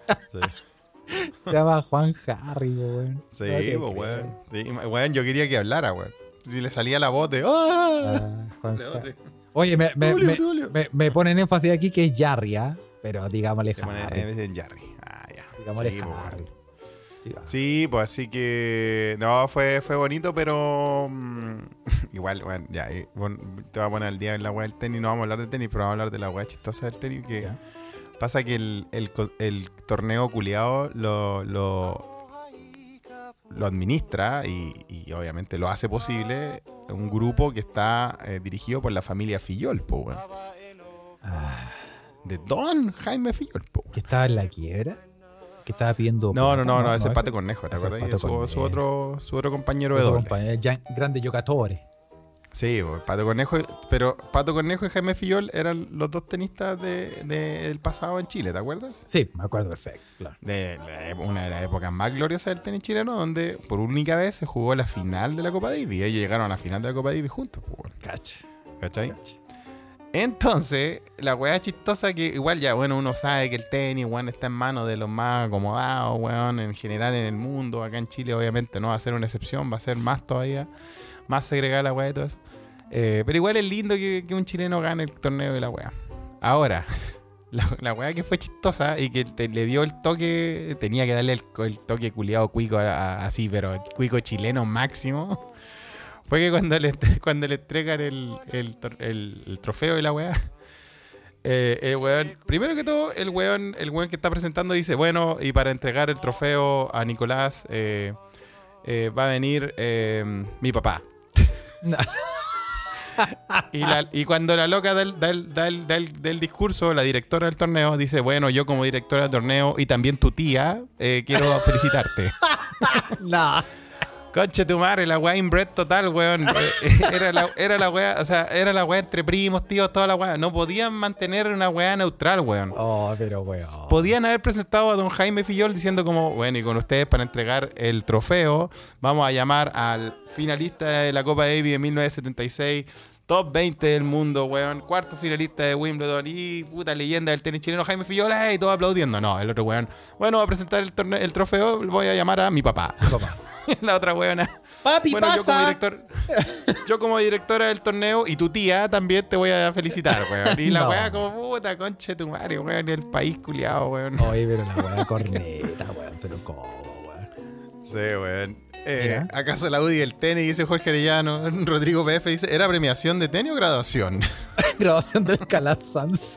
Sí. se llama Juan Harry, weón. Sí, No te pues, creo. weón. Sí, weón, yo quería que hablara, weón. Si le salía la voz de. ¡Ah! Ah, Juan De- Harry. de- Oye, me, me, Tulio, me, Tulio. me- me ponen énfasis aquí que es Jarry, ¿ah? Pero digámosle Se pone Harry. en en Jarry. Ah, ya. Digámosle Sí, pues, Harry. weón. Sí, va. Sí, pues así que. No, fue, fue bonito, pero. mm, igual, bueno, ya. eh, bueno, te voy a poner al día en la weá del tenis. No vamos a hablar de tenis, pero vamos a hablar de la weá chistosa del tenis. Que Ya. pasa que el, el, co- el torneo culiado lo, lo, lo administra y, y obviamente lo hace posible un grupo que está eh, dirigido por la familia Fillol, po, weón. Ah, De Don Jaime Fillol, po. ¿que estaba en la quiebra? ¿Que estaba pidiendo No, no, plata? no, no, ese es Pato ese- Cornejo, ¿te ese es acuerdas? Pato Su, su Cornejo. otro, su otro compañero Fue de su doble. compañero, Jan- grande Giocatore. Sí, pues, Pato Cornejo, pero Pato Cornejo y Jaime Fillol eran los dos tenistas de, de- del pasado en Chile, ¿te acuerdas? Sí, me acuerdo perfecto, claro. De la ep- una de las épocas más gloriosas del tenis chileno, donde por única vez se jugó la final de la Copa Davis. Y ellos llegaron a la final de la Copa Davis juntos, pues, bueno, Cacho. ¿cachai? cacho. Entonces, la weá chistosa que igual ya, bueno, uno sabe que el tenis, weón, está en manos de los más acomodados, weón, en general en el mundo. Acá en Chile, obviamente, no va a ser una excepción, va a ser más todavía, más segregada la weá y todo eso. Eh, pero igual es lindo que, que un chileno gane el torneo de la weá. Ahora, la, la weá que fue chistosa y que te- le dio el toque, tenía que darle el, el toque culiado cuico a- a- así, pero cuico chileno máximo. Fue que cuando le, cuando le entregan el, el, tor- el- el trofeo y la weá, eh, el weón, primero que todo, el weón, el weón que está presentando dice, bueno, y para entregar el trofeo a Nicolás eh, eh, va a venir eh, mi papá. y, la- y cuando la loca del, del, del, del- del discurso, la directora del torneo, dice, bueno, yo como directora del torneo y también tu tía, eh, quiero felicitarte. No. Conche tu madre, la weá inbred total, weón. Eh, Era la, era la weá, o sea, era la weá entre primos, tíos, toda la weá. No podían mantener una weá neutral, weón. Oh, pero weón. Podían haber presentado a don Jaime Fillol diciendo como, bueno, y con ustedes para entregar el trofeo, vamos a llamar al finalista de la Copa Davis de mil novecientos setenta y seis, top veinte del mundo, weón, cuarto finalista de Wimbledon y puta leyenda del tenis chileno, Jaime Fillol, y todo aplaudiendo. No, el otro weón, bueno, va a presentar el, torneo, el trofeo, voy a llamar a mi papá. Papá. La otra weona. Papi, Bueno, yo como pasa. director, yo como directora del torneo y tu tía también te voy a felicitar, weón. Y la No. weá como puta, conche tu madre, weón, y el país culiado, weón. Oye, pero la weá corneta, weón. Pero cómo, weón. Sí, weón. Eh, Mira. ¿Acaso la U D I del tenis, dice Jorge Arellano? Rodrigo P F dice, ¿era premiación de tenis o graduación? Grabación del Calazans.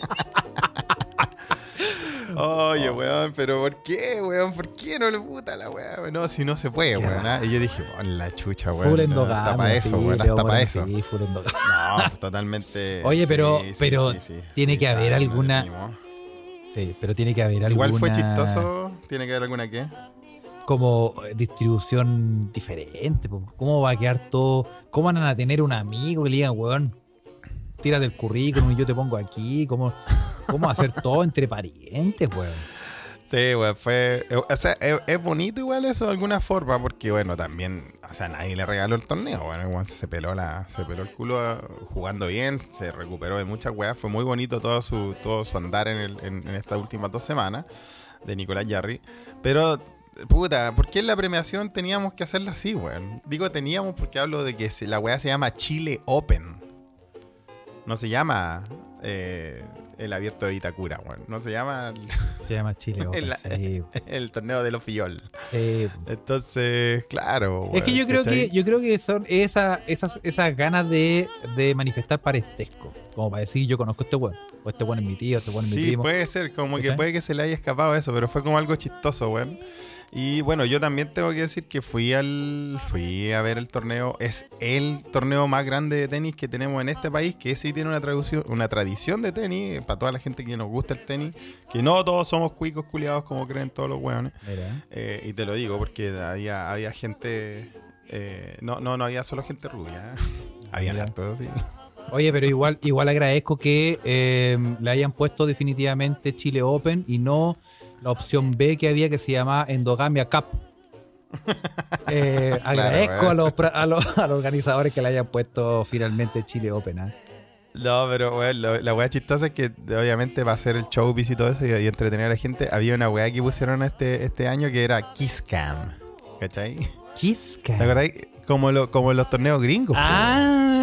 Oye, weón, pero ¿por qué, weón? ¿Por qué no le puta la weón? No, si no se puede, Qué weón. ¿ah? Y yo dije, bueno, la chucha, weón. Full no, endogamia. hasta para eso, sí, weón, te hasta voy a para poner eso. Sí, full endogamia. No, totalmente. Oye, pero- sí, sí, pero sí, sí. tiene Sí, que haber claro, alguna- no tenemos. Sí, pero tiene que haber alguna... Igual fue chistoso. ¿Tiene que haber alguna qué? Como eh, distribución diferente. po. ¿Cómo va a quedar todo? ¿Cómo van a tener un amigo que le digan, weón, tírate el currículum y yo te pongo aquí? ¿Cómo, cómo hacer todo entre parientes, weón? Sí, weón, fue. eh, O sea, es, es bonito igual eso de alguna forma, porque bueno, también, o sea, nadie le regaló el torneo, bueno, igual se peló la, se peló el culo ah, jugando bien, se recuperó de muchas weas, fue muy bonito todo su, todo su andar en, el, en, en estas últimas dos semanas de Nicolás Jarry. Pero, puta, ¿por qué en la premiación teníamos que hacerlo así, weón? Digo teníamos porque hablo de que se- la wea se llama Chile Open. No se llama eh, el abierto de Itacura, weón. No se llama el, Se llama Chile Open, el- sí, el torneo de los Fillol. sí. Entonces, claro. Es que weón, yo creo ¿cachai? que yo creo que son esa, esas, esas ganas de, de manifestar parentesco. Como para decir, yo conozco a este weón. O este bueno es mi tío, este bueno es mi Sí, primo. puede ser, como ¿Cachai? que puede que se le haya escapado eso, pero fue como algo chistoso, weón. Y bueno, yo también tengo que decir que fui al fui a ver el torneo. Es el torneo más grande de tenis que tenemos en este país, que sí tiene una tradición, una tradición de tenis, para toda la gente que nos gusta el tenis, que no todos somos cuicos culiados como creen todos los weones. Mira. Eh, y te lo digo porque había, había gente, eh, no, no, no había solo gente rubia, ¿eh? Había Mira. hartos, sí. Oye, pero igual, igual agradezco que eh, le hayan puesto definitivamente Chile Open y no la opción B que había que se llamaba Endogamia Cup. Eh, agradezco bueno. a, los, pra- a, los, a los organizadores que le hayan puesto finalmente Chile Open. ¿eh? No, pero weón, lo- la weá chistosa es que obviamente va a ser el showbiz y todo eso y, y entretener a la gente. Había una weá que pusieron este, este año que era Kiss Cam. ¿Cachai? Kiska. ¿Te acordás? Como, lo, como los torneos gringos. Ah,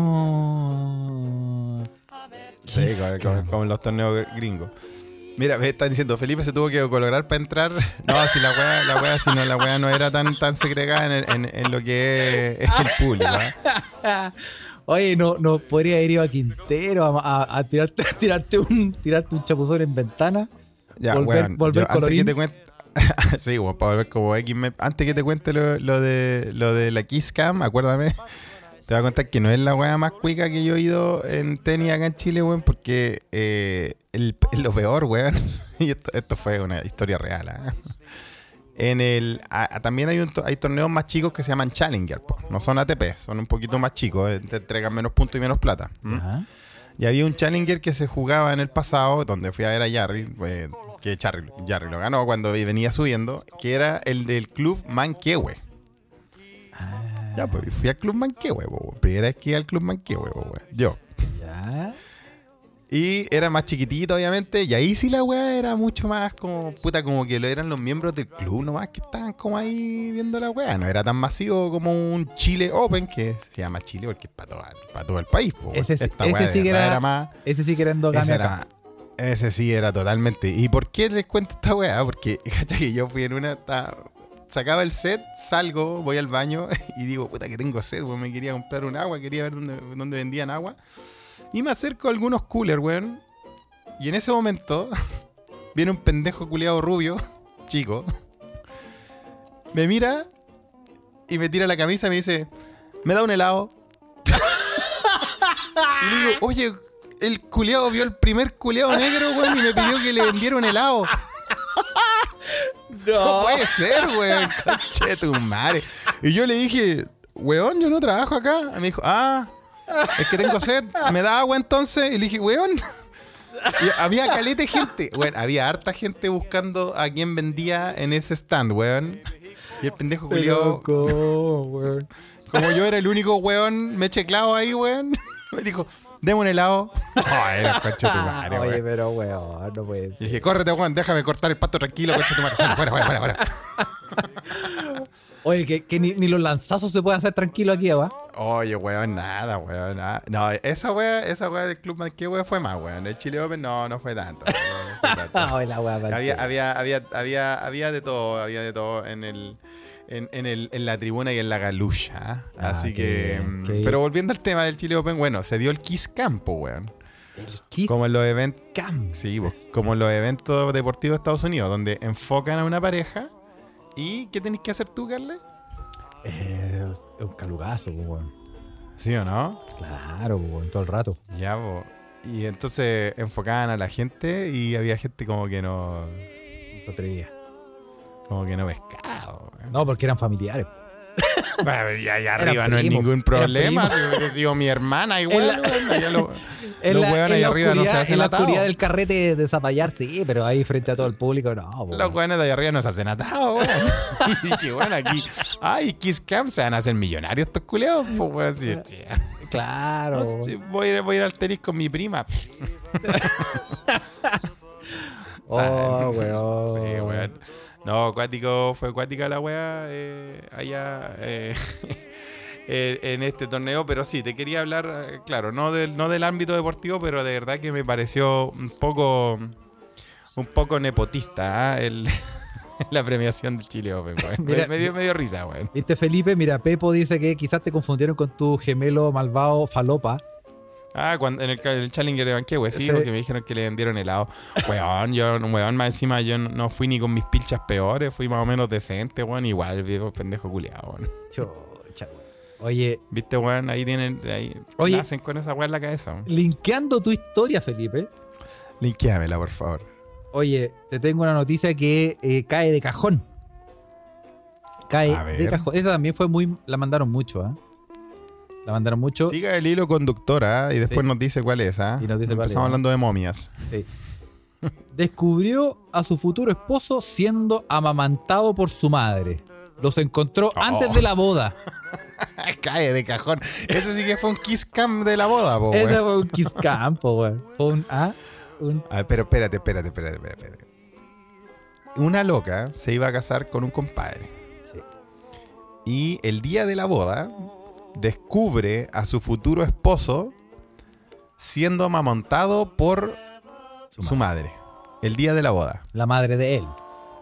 no. po. Sí, como, como- como en los torneos gringos. Mira, me están diciendo, Felipe se tuvo que colorar para entrar. No, si la weá, la weá, si no, la weá no era tan, tan segregada en, el- en, en lo que es el público. ¿ah? Oye, no, no podría haber ido a Quintero a, a- a tirarte, tirarte, un, tirarte un chapuzón en ventana. Ya, volver weón, volver yo antes colorín. que te cuente, sí, weón, para volver como X-Men. Antes que te cuente lo, lo de lo de la Kiss Cam, acuérdame, te voy a contar que no es la weá más cuica que yo he ido en tenis acá en Chile, weón, porque eh, el, lo peor, weón, y esto, esto fue una historia real, ¿ah? En el, a- a- también hay, un, to- hay torneos más chicos que se llaman Challenger, po. No son A T P, son un poquito más chicos, eh, te entregan menos puntos y menos plata. ¿Mm? Ajá. Y había un Challenger que se jugaba en el pasado, donde fui a ver a Jarry, eh, que Jarry, Jarry lo ganó cuando venía subiendo, que era el del Club Manquehue. Ah, Ya, pues fui al Club Manquehue, po, weón. Primera vez que iba al Club Manquehue, po, weón. Yo. ya. Y era más chiquitito, obviamente, y ahí sí la weá era mucho más como, puta, como que lo eran los miembros del club nomás que estaban como ahí viendo la weá. No era tan masivo como un Chile Open, que se llama Chile porque es para todo, para todo el país, po, weón. Ese, sí- Esta ese weá de sí que verdad era, era más... ese sí que era Ese, endogamia era- acá. ese sí era totalmente. ¿Y por qué les cuento esta weá? Porque, ¿cachai? Que yo fui en una. ta- Sacaba el set, salgo, voy al baño y digo, puta que tengo sed, weón. Me quería comprar un agua, quería ver dónde, dónde vendían agua. Y me acerco a algunos coolers, weón. Y en ese momento viene un pendejo culiado rubio, chico. Me mira y me tira la camisa y me dice, ¿me da un helado? Y le digo, oye, el culiado vio el primer culiado negro, weón, y me pidió que le vendiera un helado. No puede ser, weón. Conche tu madre. Y yo le dije, weón, yo no trabajo acá. Y me dijo, ah, es que tengo sed. ¿Me da agua entonces? Y le dije, weón. Y había caleta de gente. Weón, había harta gente buscando a quién vendía en ese stand, weón. Y el pendejo culiado, Loco, weón. como yo era el único weón, me eché clavo ahí, weón. Me dijo, deme un helado. Ay, conche tu madre, Oye, weón. pero weón, no puede Y ser. dije, córrete, Juan, déjame cortar el pasto tranquilo, concha tu madre. Fuera, fuera, fuera, fuera. Oye, que, que ni, ni los lanzazos se puede hacer tranquilo aquí, ¿va? Oye, weón, nada, weón, nada. No, esa weá, esa weá del Club Manquehue fue más, weón. El Chile Open no, no fue tanto. No, no fue tanto. Ay, la weá, había, había, había, había, había de todo, había de todo en el, en, en el, en la tribuna y en la galucha. Ah, Así qué que, bien, mm, qué bien. pero volviendo al tema del Chile Open, bueno, se dio el Kiss Campo, weón. El Kiss Como en los eventos, Cam. sí, pues, como en los eventos deportivos de Estados Unidos, donde enfocan a una pareja. ¿Y qué tenés que hacer tú, Carle? Eh, es un calugazo, pues, weón. ¿Sí o no? Claro, pues, weón, todo el rato. Ya, po. Y entonces enfocaban a la gente y había gente como que no. No se atrevía. Como que no pescaba. weón. No, porque eran familiares. Bueno, y allá Era arriba no hay primo, ningún era problema. primo. Si hubiese sido mi hermana igual. En la- weón, allá lo- En los la, hueones en allá la arriba no se oscuridad, hacen en la atados. oscuridad del carrete de Zapallar, sí, pero ahí frente a todo el público, no. po, Los weón. hueones de allá arriba no se hacen atados, weón. Y dije, bueno, aquí. Ay, Kiss Cam se van a hacer millonarios estos culeados. Pues, weón, sí, sí. Claro. No, sí, voy, a ir, voy a ir al tenis con mi prima. Oh, weón. Sí, weón. No, acuático, fue acuática la weá eh, allá eh, eh, en este torneo, pero sí, te quería hablar, eh, claro, no del, no del ámbito deportivo, pero de verdad que me pareció un poco un poco nepotista, ¿ah? El, la premiación del Chile Open, weón. Mira, me, me dio, me dio risa, weón. ¿Viste, Felipe? Mira, Pepo dice que quizás te confundieron con tu gemelo malvado Falopa. Ah, cuando, en el, el Challenger de Banquehue, sí, Sí. porque me dijeron que le vendieron helado. Weón, yo, weón, más encima yo no, no fui ni con mis pilchas peores, fui más o menos decente, weón, igual, viejo pendejo culiado, weón. Chucha, weón. Oye, Viste, weón, ahí tienen, ahí Oye. nacen con esa weón en la cabeza, weón. linkeando tu historia, Felipe. Linkeámela, por favor. Oye, te tengo una noticia que eh, cae de cajón. Cae A ver. de cajón. Esta también fue muy. La mandaron mucho, ¿ah? La mandaron mucho. Siga el hilo conductor, ¿ah? Y después Sí. nos dice cuál es, ¿ah? Y nos dice cuál Empezamos es, ¿ah? hablando de momias. Sí. Descubrió a su futuro esposo siendo amamantado por su madre. Los encontró Oh. antes de la boda. Cae de cajón. Ese sí que fue un kiss cam de la boda, po, Ese weón. fue un kiss campo, güey. Fue un. ¿Ah? Un. A ver, pero espérate, espérate, espérate, espérate, espérate. Una loca se iba a casar con un compadre. Sí. Y el día de la boda descubre a su futuro esposo siendo amamantado por Su su, madre. El día de la boda. La madre de él.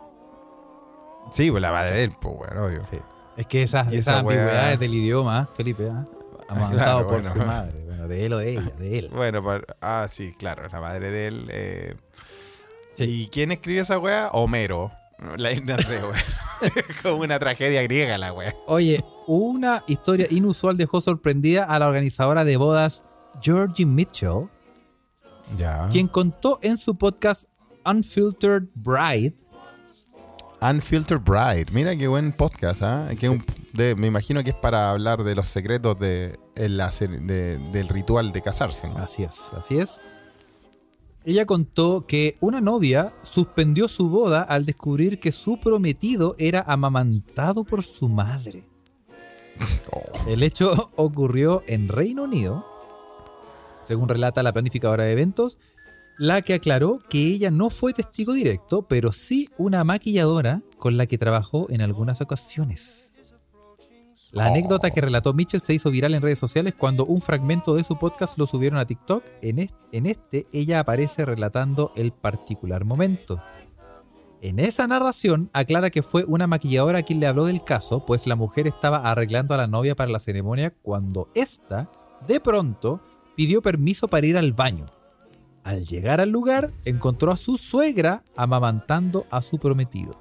Sí, pues la madre de él, pues, bueno, obvio. Sí. Es que esas, Y esas esa weá- ambigüedades del idioma, ¿ah? Felipe, ¿ah? Amamantado Claro, por bueno. su madre. Bueno, de él o de ella, de él. Bueno, pues, ah, sí, claro, la madre de él. eh. Sí. ¿Y quién escribió esa weá? Homero. La, no sé, weá. Como una tragedia griega la weá. Oye, una historia inusual dejó sorprendida a la organizadora de bodas, Georgie Mitchell, Ya. quien contó en su podcast Unfiltered Bride. Unfiltered Bride. Mira qué buen podcast, ¿ah? Que es un- de- me imagino que es para hablar de los secretos de, en la serie- de- del ritual de casarse, ¿no? Así es, así es. Ella contó que una novia suspendió su boda al descubrir que su prometido era amamantado por su madre. Oh. El hecho ocurrió en Reino Unido, según relata la planificadora de eventos, la que aclaró que ella no fue testigo directo, pero sí una maquilladora con la que trabajó en algunas ocasiones. La anécdota que relató Mitchell se hizo viral en redes sociales cuando un fragmento de su podcast lo subieron a TikTok. En este, en este ella aparece relatando el particular momento. En esa narración aclara que fue una maquilladora quien le habló del caso, pues la mujer estaba arreglando a la novia para la ceremonia cuando ésta, de pronto, pidió permiso para ir al baño. Al llegar al lugar, encontró a su suegra amamantando a su prometido.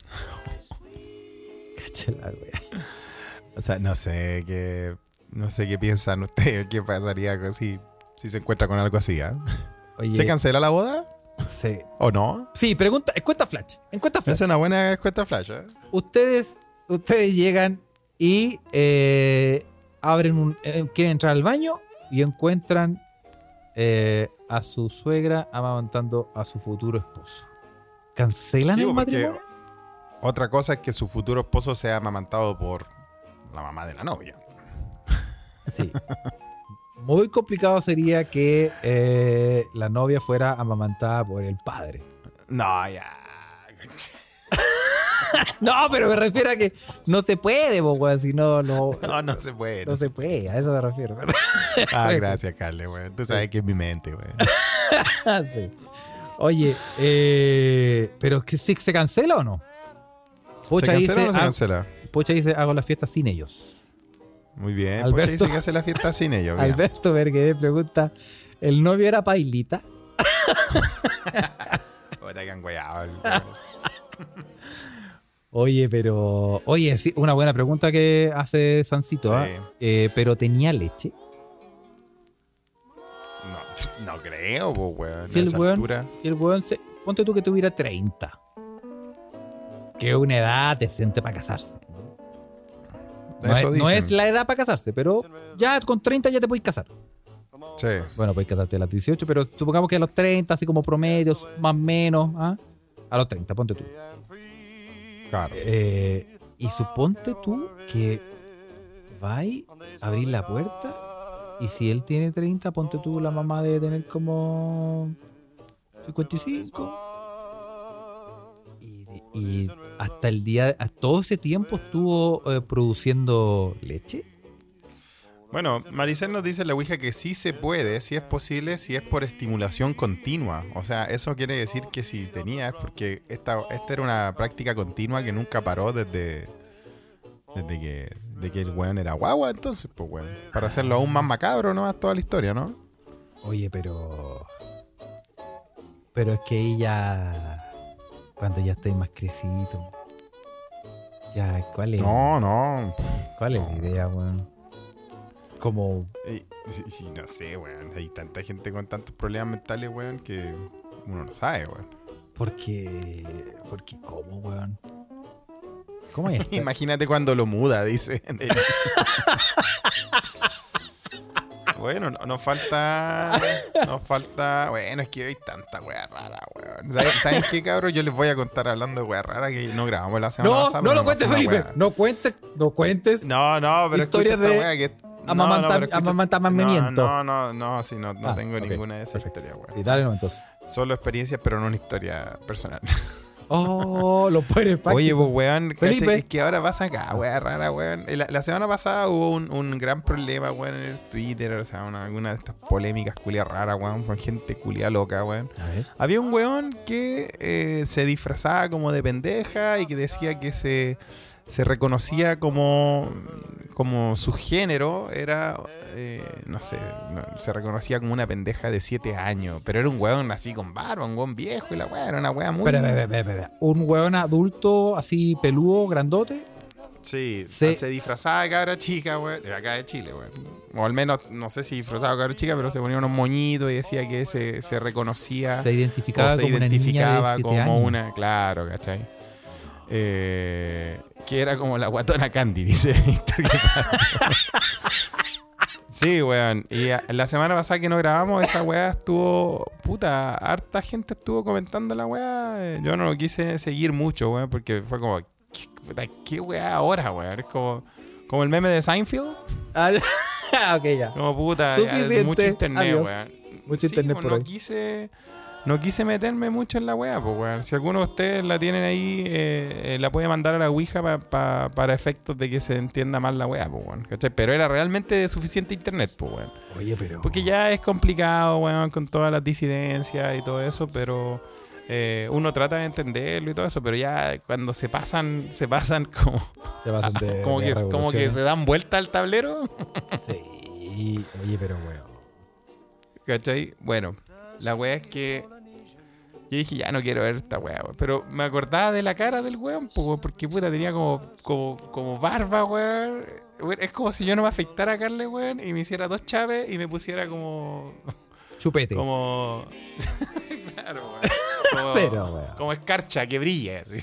Cacha la wea. O sea, no sé qué. No sé qué piensan ustedes. ¿Qué pasaría con- si, si se encuentra con algo así, ¿ah? Oye, ¿Se cancela la boda? sí. ¿O no? Sí, pregunta, encuesta flash. Encuesta flash. Es una buena encuesta flash, ¿eh? Ustedes, ustedes llegan y eh, abren un, eh, quieren entrar al baño y encuentran eh, a su suegra amamantando a su futuro esposo. ¿Cancelan Sí, el porque matrimonio? otra cosa es que su futuro esposo sea amamantado por la mamá de la novia. Sí. Muy complicado sería que eh, la novia fuera amamantada por el padre. No, ya. No, pero me refiero a que no se puede, po, weón, si no, no, No, no se puede. no se puede, a eso me refiero. Ah, gracias, Carle, güey. Tú sabes que es mi mente, güey. Sí. Oye, eh, pero que si se cancela o no? ¿Se Pocha cancela dice, o no se "Ah, cancela? Pocha dice, hago la fiesta sin ellos. Muy bien. Alberto- Alberto dice que hace la fiesta sin ellos. bien. Alberto Verguede pregunta, ¿el novio era pailita? Puta que han guayado. Oye, pero... Oye, sí, una buena pregunta que hace Sancito, ¿ah? Sí. Eh, pero ¿tenía leche? No, no creo, pues, güey. Si el weón, si el weón se... Ponte tú que tuviera treinta. Que es una edad decente para casarse. No, es, Eso no dicen. es la edad para casarse, pero ya con treinta ya te puedes casar. Sí. Bueno, puedes casarte a los dieciocho, pero supongamos que a los treinta, así como promedios, más o menos, ¿ah? A los treinta, ponte tú. Claro. Eh, y suponte tú que vais a abrir la puerta y si él tiene treinta, ponte tú, la mamá debe tener como cincuenta y cinco. Y, y hasta el día, a todo ese tiempo estuvo eh, produciendo leche. Bueno, Maricel nos dice en la Ouija que sí se puede, sí es posible, si es por estimulación continua. O sea, eso quiere decir que si tenía es porque esta, esta era una práctica continua que nunca paró desde, desde que, de que el weón era guagua. Entonces, pues weón, para hacerlo aún más macabro, ¿no? Toda la historia, ¿no? Oye, pero... Pero es que ella... Cuando ya estáis más crecido... Ya, ¿cuál es? No, no. ¿Cuál es la idea, weón? Como... Ey, sí, sí, no sé, weón. Hay tanta gente con tantos problemas mentales, weón, que uno no sabe, weón. Porque... Porque ¿cómo, weón? ¿Cómo es? Imagínate cuando lo muda, dice. Bueno, no- nos falta. Nos falta. Bueno, es que hay tanta wea rara, weón. ¿Saben, ¿saben qué, cabrón? Yo les voy a contar hablando de wea rara que no grabamos la semana No, pasada. no pero lo nos cuentes, pasó una Felipe. wea. No cuentes, no cuentes. No, no, pero Historias escucha esta de wea que. amamanta- no, no, pero escucha- amamantamiento. No, no, no, no, sí, no, no Ah, tengo ok, ninguna de esas perfecto. historias, weón. Sí, dale no, entonces. Solo experiencias, pero no una historia personal. Oh, los poderes Oye, fácticos. pues, weón, Felipe. ¿cachai? Es que ahora pasa acá, weón, rara, weón. La, la semana pasada hubo un, un gran problema, weón, en el Twitter, o sea, una, alguna de estas polémicas culias raras, weón, con gente culia loca, weón. A ver. Había un weón que eh, se disfrazaba como de pendeja y que decía que se, se reconocía como, como su género era, eh, no sé, no, se reconocía como una pendeja de siete años, pero era un weón así con barba, un weón viejo y la weón era una weá muy... Espera, espera, espera, espera. Un hueón adulto así peludo, grandote. Sí, Se- se, disfrazaba de cabra chica, weón, de acá de Chile, weón. O al menos, no sé si disfrazaba de cabra chica, pero se ponía unos moñitos y decía que se, se reconocía Se identificaba o se como una niña identificaba de siete como años. una, claro, ¿cachai? Eh, que era como la guatona Candy, dice Víctor. Sí, weón. Y a- la semana pasada que no grabamos, esa weá estuvo. Puta, harta gente estuvo comentando la weá. Eh, Yo no lo quise seguir mucho, weón, porque fue como. ¿Qué, puta, qué weá ahora, weón? Es como. Como el meme de Seinfeld. Ah, ok, ya. Como puta, ya, Suficiente. mucho internet, Adiós. weón. Mucho Sí, internet pues, por no hoy. quise. No quise meterme mucho en la weá, pues, weón. Si alguno de ustedes la tienen ahí, eh, eh, la puede mandar a la Ouija pa- pa- para efectos de que se entienda más la weá, pues, weón. ¿Cachai? Pero era realmente de suficiente internet, pues, weón. Oye, pero. Porque ya es complicado, weón, con todas las disidencias y todo eso, pero eh, uno trata de entenderlo y todo eso, pero ya cuando se pasan, se pasan como, Se pasan de. como, de que, como que revoluciones. se dan vuelta al tablero. Sí. Oye, pero weón. ¿Cachai? Bueno, la weá es que yo dije, ya no quiero ver esta weá, weón. Pero me acordaba de la cara del weón, po, weón, porque puta tenía como, como, como barba, weón. Weón, es como si yo no me afeitara a Carle, weón, y me hiciera dos chaves y me pusiera como. Chupete. Como. Claro, weón. Como, Pero, weón. como escarcha que brilla. así.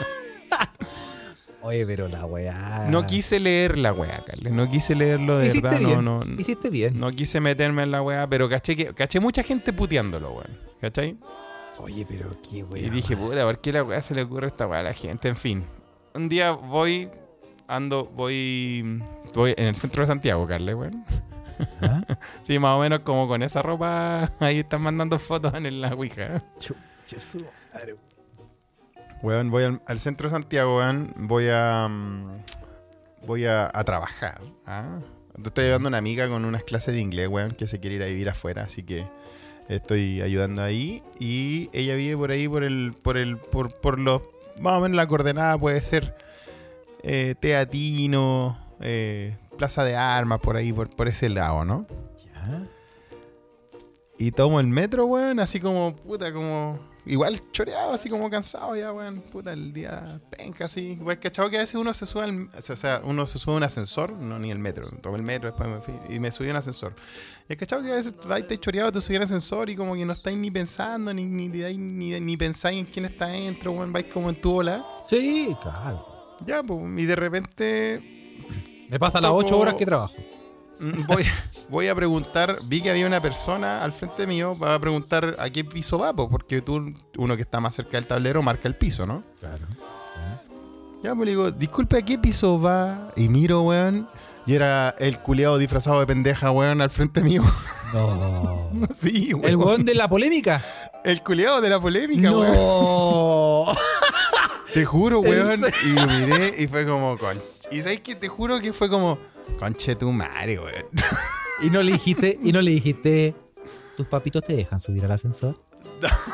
Oye, pero la weá. No quise leer la weá, Carles. No quise leerlo de Hiciste verdad. bien. No, no, Hiciste bien. no quise meterme en la weá, pero caché que caché mucha gente puteándolo, weón. ¿Cachai? Oye, pero qué weá. Y dije, puta, ¿por qué la weá se le ocurre esta weá a la gente? En fin. Un día voy, ando, voy. Voy en el centro de Santiago, Carles, weón. ¿Ah? Sí, más o menos como con esa ropa. Ahí están mandando fotos en la Ouija. Chucha su madre. Weón, voy al, al centro de Santiago, weón. Voy a. mm, voy a, a trabajar. ¿ah? Estoy ayudando a una amiga con unas clases de inglés, weón, que se quiere ir a vivir afuera, así que estoy ayudando ahí. Y ella vive por ahí, por el. por el. por, por los. Más o menos la coordenada puede ser. Eh, Teatino. Eh, Plaza de Armas, por ahí, por, por ese lado, ¿no? ¿Ya? Y tomo el metro, weón, así como, puta, como... Igual choreado, así como cansado ya, weón. Puta, el día penca, así. Weón, cachado que a veces uno se sube al... O sea, uno se sube a un ascensor, no ni el metro. Tomé el metro, después me fui y me subí a un ascensor. Y es cachado que a veces vais, estáis choreado, te subís al ascensor y como que no estáis ni pensando, ni, ni, ni, ni, ni pensáis en quién está adentro, weón. Vais como en tu bola. Sí, claro. Ya, pues, y de repente... Me pasa las Toco- ocho horas que trabajo. Mm, Voy, voy a preguntar, vi que había una persona al frente mío, va a preguntar a qué piso va, po, porque tú, uno que está más cerca del tablero, marca el piso, ¿no? Claro. Ya, pues le digo, disculpe, ¿a qué piso va? Y miro, weón, y era el culiado disfrazado de pendeja, weón, al frente mío. No. Sí, weón. ¿El weón de la polémica? El culiado de la polémica, weón. No. Te juro, ¿En weón. serio? Y lo miré y fue como, con... Y sabes que te juro que fue como, conche tu madre, weón. Y no le dijiste, y no le dijiste, ¿tus papitos te dejan subir al ascensor?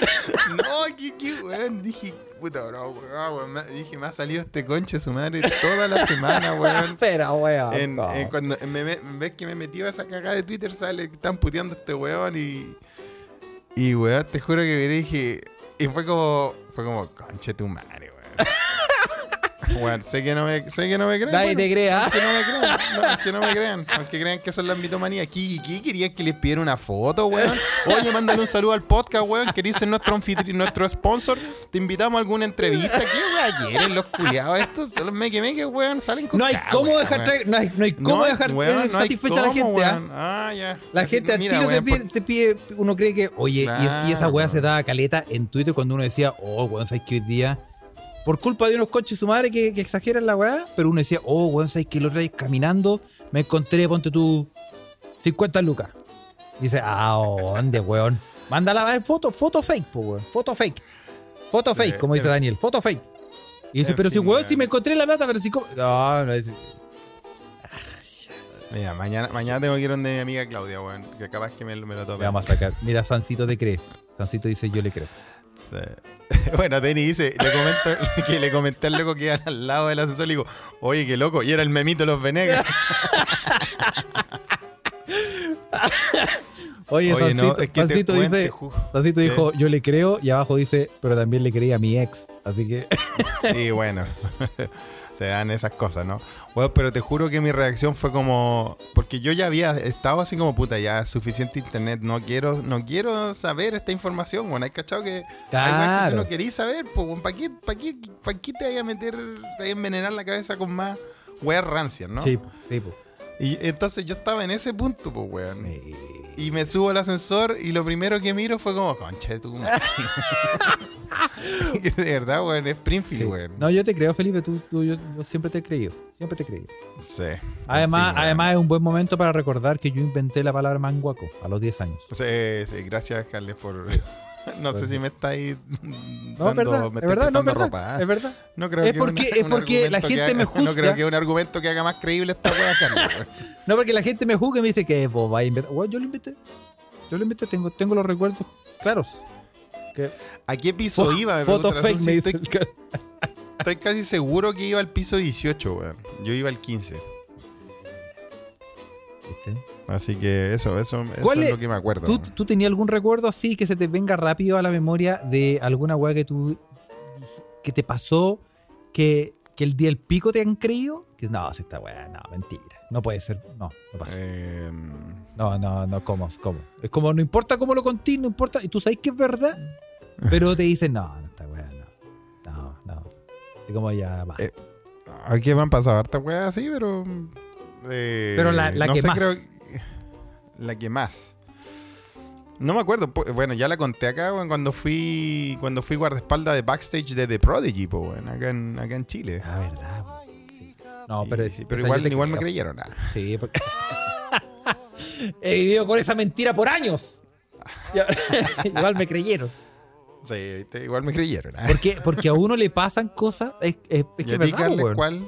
No, ¿qué, qué, weón? Dije, puta, bro, weón. Me, dije, me ha salido este conche su madre toda la semana, weón. Pero, weón. En, en, cuando me, me, ves que me metí a esa cagada de Twitter, sale que están puteando a este weón y. Y, weón, te juro que me dije. Y fue como. Fue como, conche tu madre, weón. Bueno, sé que no me, sé que no me creen. Nadie bueno, te crea. Que no me crean, no, que no me crean. Aunque crean que eso es la mitomanía. ¿Qué, qué querían que les pidiera una foto, weón? Oye, mándale un saludo al podcast, weón. ¿Queréis ser nuestro anfitrión, nuestro sponsor? Te invitamos a alguna entrevista. ¿Qué weón quieren los culiados? Estos son los meque meque, weón. Salen con No hay caca, cómo weón, dejar, weón. no hay, no hay cómo No, dejar weón, eh, no hay satisfecha a la cómo, gente, weón. ¿ah? Ah, ya. La gente Mira, al tiro weón, se, pide, por- se pide, uno cree que, oye, y- y, esa Claro, weá se weón. daba caleta en Twitter cuando uno decía, oh, weón, ¿sabes que hoy día, por culpa de unos coches su madre que, que exageran la weá, pero uno decía, oh, weón, ¿sabes que el otro día caminando me encontré, ponte tú, cincuenta lucas? Dice, ah, ¿dónde, weón? Mándala a ver foto, foto fake, po, weón, foto fake. Foto fake, Sí, como dice en- Daniel, foto fake. Y dice, en pero si, fin, weón, weón. si me encontré la plata, pero si... ¿cómo? No, no, es... Mira, mañana, mañana tengo que ir donde mi amiga Claudia, weón. Que capaz que me, me lo tope. Le vamos a sacar. Mira, Sancito te cree. Sancito dice, yo le creo. Sí. Bueno, Denny dice, le comento que le comenté al loco que iba al lado del asesor y le digo, oye, qué loco, y era el memito de los Venegas. Oye, Oye, no, Sancito, es que te Sancito cuente, dice, ju- Sancito ¿Qué? dijo, yo le creo, y abajo dice, pero también le creí a mi ex. Así que, Sí, bueno, se dan esas cosas, ¿no? Bueno, pero te juro que mi reacción fue como, porque yo ya había estado así como, puta, ya es suficiente internet, no quiero, no quiero saber esta información, bueno, hay cachado que hay weas que Claro. tú no querís saber, pues, ¿para qué, pa' qué, pa' qué te vayas a meter, te vayas a envenenar la cabeza con más weas rancias, ¿no? sí, sí, po. Y entonces yo estaba en ese punto, pues, weón. Eh, Y me subo al ascensor y lo primero que miro fue como, concha de tu madre. De verdad, weón, es Springfield, sí. weón. No, yo te creo, Felipe, tú, tú yo, yo siempre te he creído, siempre te he creído. Sí. Además, En fin, weón. además es un buen momento para recordar que yo inventé la palabra manguaco a los diez años. Sí, sí, gracias, Carles, por... No sé si me estáis No, es verdad, me es estáis verdad, no, es prestando verdad, ropa, ¿eh? es verdad. No creo Es que porque- una- es un porque la argumento que gente me haga- No creo juzga. que es un argumento que haga más creíble esta wea, Carles, weón. No, porque la gente me juzga y me dice que vos vais a inventar. Weón, yo lo inventé. Yo lo inventé, tengo, tengo los recuerdos claros. Que ¿A qué piso Fo- iba? Me Foto pregunta fake Razón, me si dice estoy, el cara. estoy casi seguro que iba al piso dieciocho, weón. Yo iba al quince. ¿Viste? Así que eso, eso, eso ¿Cuál es es- lo que me acuerdo. ¿Tú, ¿Tú tenías algún recuerdo así que se te venga rápido a la memoria de alguna weá que tú que te pasó que, que el día del pico te han creído? Que no, si esta weá, no, mentira. No puede ser. No, no pasa. Eh, No, no, no, ¿cómo? ¿Cómo? Es como, no importa cómo lo contés, no importa. Y tú sabes que es verdad, pero te dicen, no, no, esta weá, no. No, no. Así como ya va. Eh, aquí me han pasado hartas weas así, pero. eh, Pero la- la no que sé, más. creo que- la que más. No me acuerdo. po- Bueno, ya la conté acá, weón, cuando fui cuando fui guardaespaldas de backstage de The Prodigy, po, weón, acá, en, acá en Chile. Ah, verdad. po. Sí. No, pero, Y- es- pero esa igual, yo te igual me creo. creyeron. ah. Sí, porque... He vivido con esa mentira por años. Y ahora- Igual me creyeron. Sí, viste, igual me creyeron. ah. Porque, porque a uno le pasan cosas. Es, es, es ¿Y que a es ti, verdad, Carles, weón. cuál?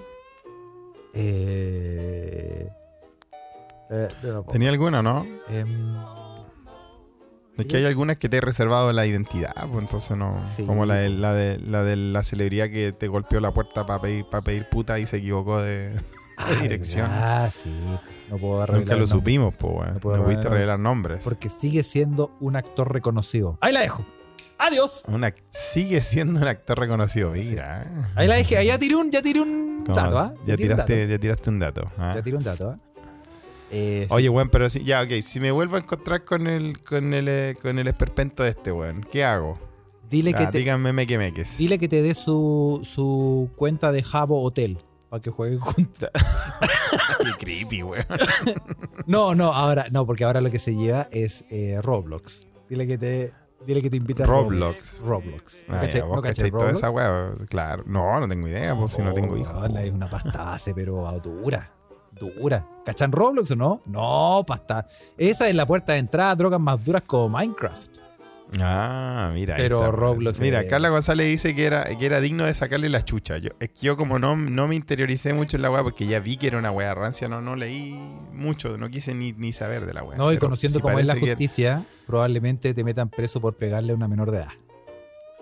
Eh, eh, no, po. ¿Tenía alguna, no? Em, Es que hay algunas que te he reservado la identidad, pues entonces no. Sí. Como la de, la de la de la celebridad que te golpeó la puerta para pedir, para pedir puta y se equivocó de, de ah, dirección. Ah, sí. No puedo revelar Nunca lo el nombre, supimos, pues, weón. No No, puedo pudiste revelar- revelar nombres. porque sigue siendo un actor reconocido. Ahí la dejo. Adiós. Una, sigue siendo un actor reconocido, mira. ¿eh? Ahí la dejé. Ahí ya tiré un, ya tiré un ¿Cómo? dato, ¿ah? ya, tiré un dato. tiraste, ya tiraste un dato. ¿ah? Ya tiré un dato, ¿ah? Eh, sí. Oye, weón, pero si, ya, ok. Si me vuelvo a encontrar con el, con el, eh, con el esperpento de este, weón, ¿qué hago? dile, Ah, que te, díganme meque meques. dile que te dé su, su cuenta de Jabo Hotel para que juegue juntos. Qué creepy, weón. No, no, ahora, no, porque ahora lo que se lleva es eh, Roblox. Dile que te, dile que te invite a Roblox. Roblox. ¿No Ah, cachai- ya, vos no cachai cachai toda Roblox? esa weá, claro. No, no tengo idea, pues si no tengo Oh, hijos. weón, es una pasta base, pero dura. Dura. ¿Cachan Roblox o no? No, pasta. Esa es la puerta de entrada a drogas más duras como Minecraft. Ah, mira. ahí Pero está, Roblox Mira, es- Carla González dice que era, que era digno de sacarle la chucha. Yo, es que yo como no, no me interioricé mucho en la weá porque ya vi que era una weá rancia, no, no leí mucho, no quise ni, ni saber de la weá. No, y Pero conociendo sí cómo es la parece que- justicia, probablemente te metan preso por pegarle a una menor de edad.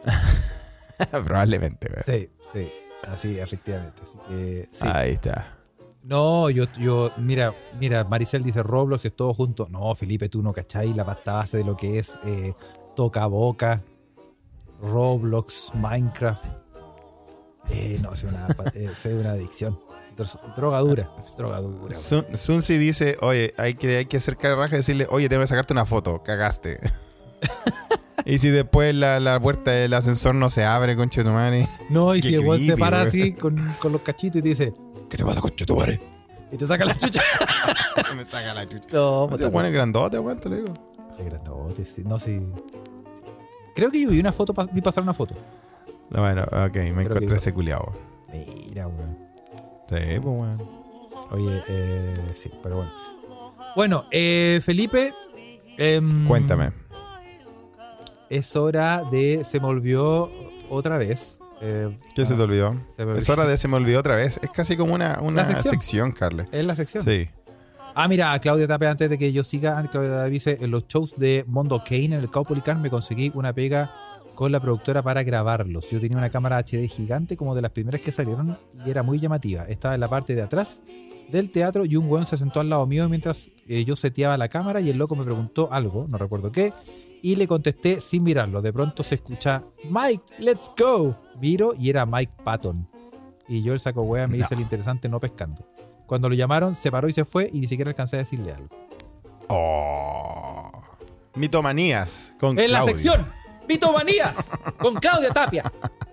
Probablemente, weón. Sí, sí. Así, efectivamente. Así que, sí. Ahí está. No, yo, yo, mira, mira, Maricel dice Roblox es todo junto. No, Felipe, tú no cachai la pasta base de lo que es eh, Toca Boca, Roblox, Minecraft. Eh, no, es una, es una adicción. Entonces, droga dura, droga dura. Sun, Sunsi dice, oye, hay que, hay que hacer cara raja y decirle, oye, tengo que sacarte una foto, cagaste. Y si después la, la puerta del ascensor no se abre, conchetumare. No, y Qué si el weón se creepy, para weón. así con, con los cachitos y te dice, ¿qué te pasa, conchetumare? Y te saca la chucha. Me saca la chucha. No, Ese weón es grandote, weón, te lo digo. Sí, grandote, sí, no, sí. Creo que yo vi una foto, vi pasar una foto. No, bueno, ok, me encontré que- ese culiao. Mira, weón. Sí, pues, weón. Oye, eh, sí, pero bueno. Bueno, eh, Felipe. em, Cuéntame. Es hora de. Se me olvidó otra vez. eh, ¿Qué se te olvidó? se me Es olvidó. hora de se me olvidó otra vez. Es casi como una, una La sección. sección, Carles. Es la sección. Sí. Ah, mira, Claudia Tapia, antes de que yo siga, Claudia Tapia dice: en los shows de Mondo Kane en el Caupolicán me conseguí una pega con la productora para grabarlos. Yo tenía una cámara H D gigante, como de las primeras que salieron, y era muy llamativa. Estaba en la parte de atrás del teatro y un weón se sentó al lado mío mientras eh, yo seteaba la cámara y el loco me preguntó algo, no recuerdo qué, y le contesté sin mirarlo. De pronto se escucha, Mike, let's go. Miro y era Mike Patton. Y yo el saco wea me No. hice el interesante no pescando. Cuando lo llamaron, se paró y se fue y ni siquiera alcancé a decirle algo. Oh. Mitomanías con En la Claudio. sección Mitomanías con Claudia Tapia.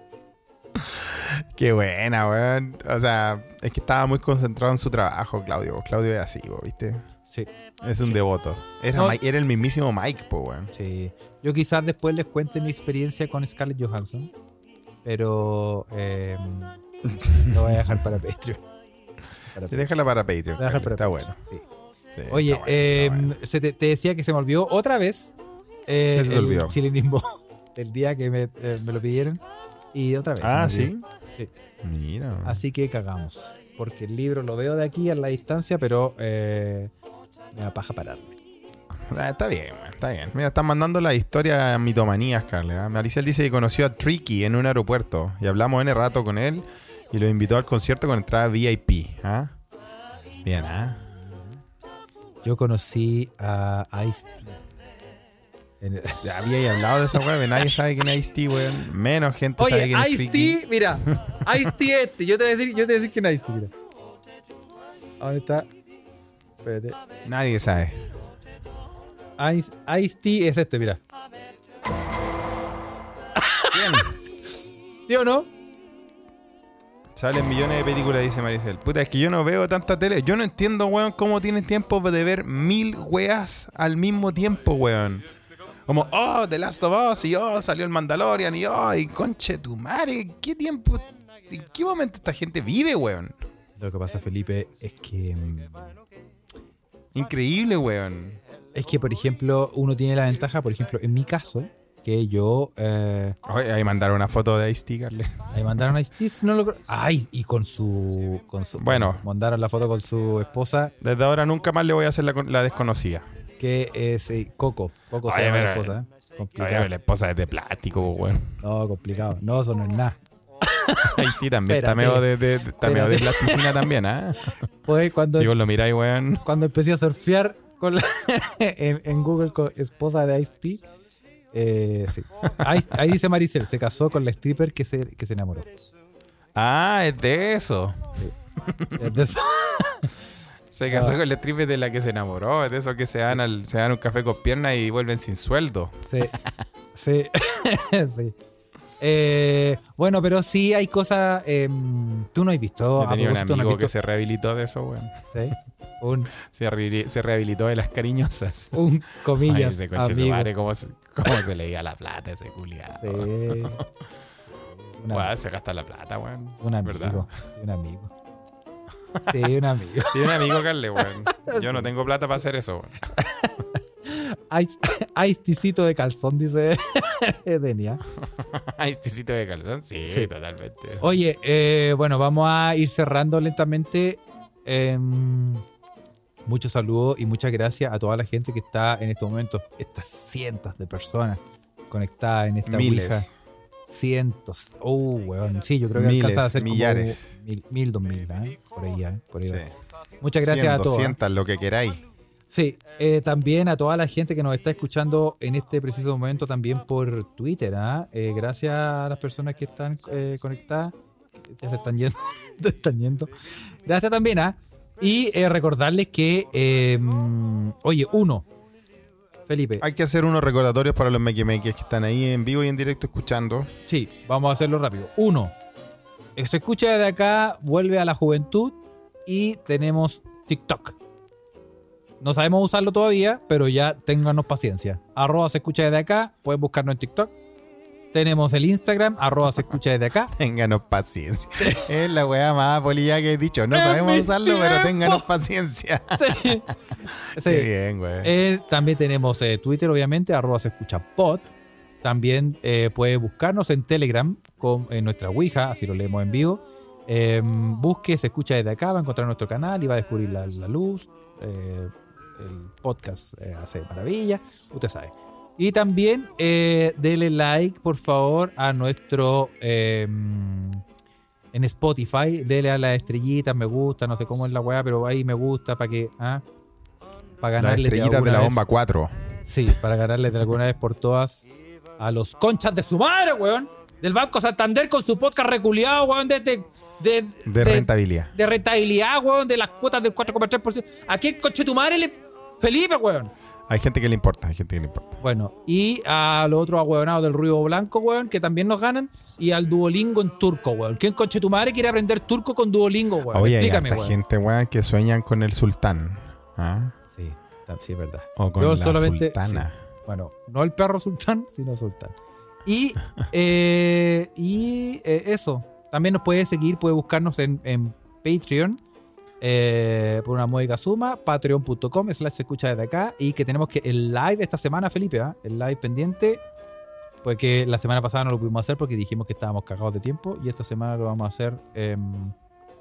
Qué buena, weón. O sea, es que estaba muy concentrado en su trabajo, Claudio. Claudio es así, po, ¿viste? Sí, Es un devoto. Era, No. Mike- era el mismísimo Mike, po, weón. sí. Yo quizás después les cuente mi experiencia con Scarlett Johansson, pero eh, lo voy a dejar para Patreon. Para Sí, déjala para Patreon. Lo voy a dejar Carles, para está Patreon, bueno. sí. Sí, Oye, está bueno, eh, está bueno. se te, te decía que se me olvidó otra vez eh, ¿Qué se te el olvidó? chilenismo del día que me, eh, me lo pidieron. Y otra vez. Ah, se me ¿sí? olvidó. Sí. Mira. Así que cagamos. Porque el libro lo veo de aquí a la distancia, pero eh, me da paja pararme. Ah, está bien, man, está bien. Mira, están mandando la historia mitomanías, Carles. ¿eh? Maricel dice que conoció a Tricky en un aeropuerto y hablamos en rato con él y lo invitó al concierto con entrada V I P. ¿ah? Bien, ¿ah? Yo conocí a Ice-T. En el- Ya había hablado de esa weá, nadie sabe quién es Ice-T, weón. Menos gente sabe Oye, quién es Tricky. Ice-T, mira. Ice-T este. Yo te voy a decir, yo te voy a decir quién es Ice-T, mira. ¿Dónde está? Espérate. Nadie sabe. Ice- Ice-T es este, mira. ¿Quién? ¿Sí o no? Salen millones de películas, dice Maricel. Puta, es que yo no veo tanta tele. Yo no entiendo, weón, cómo tienen tiempo de ver mil weas al mismo tiempo, weón. Como, oh, The Last of Us, y oh, salió el Mandalorian, y oh, y conche tu madre. ¿Qué tiempo? ¿En qué momento esta gente vive, weón? Lo que pasa, Felipe, es que. mm, Increíble, weón. Es que, por ejemplo, uno tiene la ventaja, por ejemplo, en mi caso, que yo. Eh, Oye, ahí mandaron una foto de Ice-T, Carles. ahí mandaron a Ice-T, si no lo creo. Ay, y con su. Con su Bueno. Mandaron la foto con su esposa, Desde ahora nunca más le voy a hacer la, con- la desconocida. que es eh, Coco. Coco se Oye, llama la pero- esposa, ¿eh? Oye, Complicado. la esposa es de plástico, weón. No, complicado. No, eso no es nada. Ice-T también está Espérate. medio de, de, está medio de Espérate. plasticina también, ¿ah? Pues cuando, Si vos lo miráis, weón. cuando empecé a surfear con la- en, en Google con esposa de Ice-T, eh, sí. Ahí, ahí dice Maricel, se casó con la stripper que se, que se enamoró. Ah, es de eso. Es de eso. Se casó Ah. con la stripper de la que se enamoró. Es de eso que se dan, al, se dan un café con piernas y vuelven sin sueldo. Sí, sí, sí. Eh, bueno, pero sí hay cosas. eh, Tú no has visto. Yo a tenía un propósito, ¿no has amigo que visto? se rehabilitó de eso, weón. Sí, un, Se, rehabili- se rehabilitó de las cariñosas. un Ay, comillas ese conche su amigo. madre, cómo se, cómo se le iba la plata ese culiado. Sí. Un, Weón, am- se gasta la plata, weón. un amigo. ¿Verdad? Sí, un amigo. Sí, un amigo. Tiene un amigo, Carle, weón. Yo no tengo plata para hacer eso, weón. Ice, ice ticito de calzón, dice Denia. Ay, tecito de calzón, sí, Sí. totalmente. Oye, eh, bueno, vamos a ir cerrando lentamente. Em, muchos saludos y muchas gracias a toda la gente que está en estos momentos, estas cientos de personas conectadas en esta Ouija. Miles. Cientos. Oh, weón. Sí, yo creo que Miles, alcanza a ser millares. como mil, mil, dos mil, ¿eh? Por ahí, ¿eh? Por ahí Sí. va. Muchas gracias cien, a todos. ¿eh? doscientas, lo que queráis. Sí, eh, también a toda la gente que nos está escuchando en este preciso momento también por Twitter. ¿ah? Eh, gracias a las personas que están eh, conectadas. Que ya se están yendo. se están yendo. Gracias también. ¿ah? Y eh, recordarles que, eh, oye, uno, Felipe. Hay que hacer unos recordatorios para los Mequimeques que están ahí en vivo y en directo escuchando. Sí, vamos a hacerlo rápido. Uno, se escucha desde acá, vuelve a la juventud y tenemos TikTok. No sabemos usarlo todavía, pero ya ténganos paciencia. Arroba se escucha desde acá, pueden buscarnos en TikTok. Tenemos el Instagram, arroba se escucha desde acá. Ténganos paciencia. Es la weá más polilla que he dicho. No ¡En sabemos mi usarlo, pero tiempo! ténganos paciencia. Sí. Sí. Qué bien, güey. Eh, también tenemos eh, Twitter, obviamente, arroba se escucha pod. También eh, puede buscarnos en Telegram con en nuestra Ouija, así lo leemos en vivo. Eh, busque, se escucha desde acá, va a encontrar nuestro canal y va a descubrir la, la luz. Eh, el podcast eh, hace maravilla, usted sabe. Y también eh, dele like, por favor, a nuestro... Eh, en Spotify, dele a las estrellitas, me gusta, no sé cómo es la weá, pero ahí me gusta para que... ¿ah? Para Las ganarle estrellitas de alguna la vez- bomba cuatro. Sí, para ganarle de alguna vez por todas a los conchas de su madre, weón. Del Banco Santander con su podcast reculeado, weón, de, de, de, De rentabilidad. de rentabilidad, weón, de las cuotas del cuatro coma tres por ciento. ¿A quién conche tu madre le... Felipe, weón? Hay gente que le importa, hay gente que le importa. Bueno, y a los otros ahueonados del Ruido Blanco, weón, que también nos ganan. Y al Duolingo en turco, weón. ¿Quién conche tu madre quiere aprender turco con Duolingo, weón? Oye, hay Explícame, harta weón. gente, weón, que sueñan con el sultán. ¿Ah? Sí, sí, es verdad. O con Yo la solamente- sultana. sí. Bueno, no el perro sultán, sino sultán. Y, eh, y eh, eso. También nos puede seguir, puede buscarnos en, en Patreon eh, por una módica suma. Patreon punto com slash se escucha desde acá. Y que tenemos que el live esta semana, Felipe, ¿ah? El live pendiente. Porque la semana pasada no lo pudimos hacer porque dijimos que estábamos cagados de tiempo. Y esta semana lo vamos a hacer em,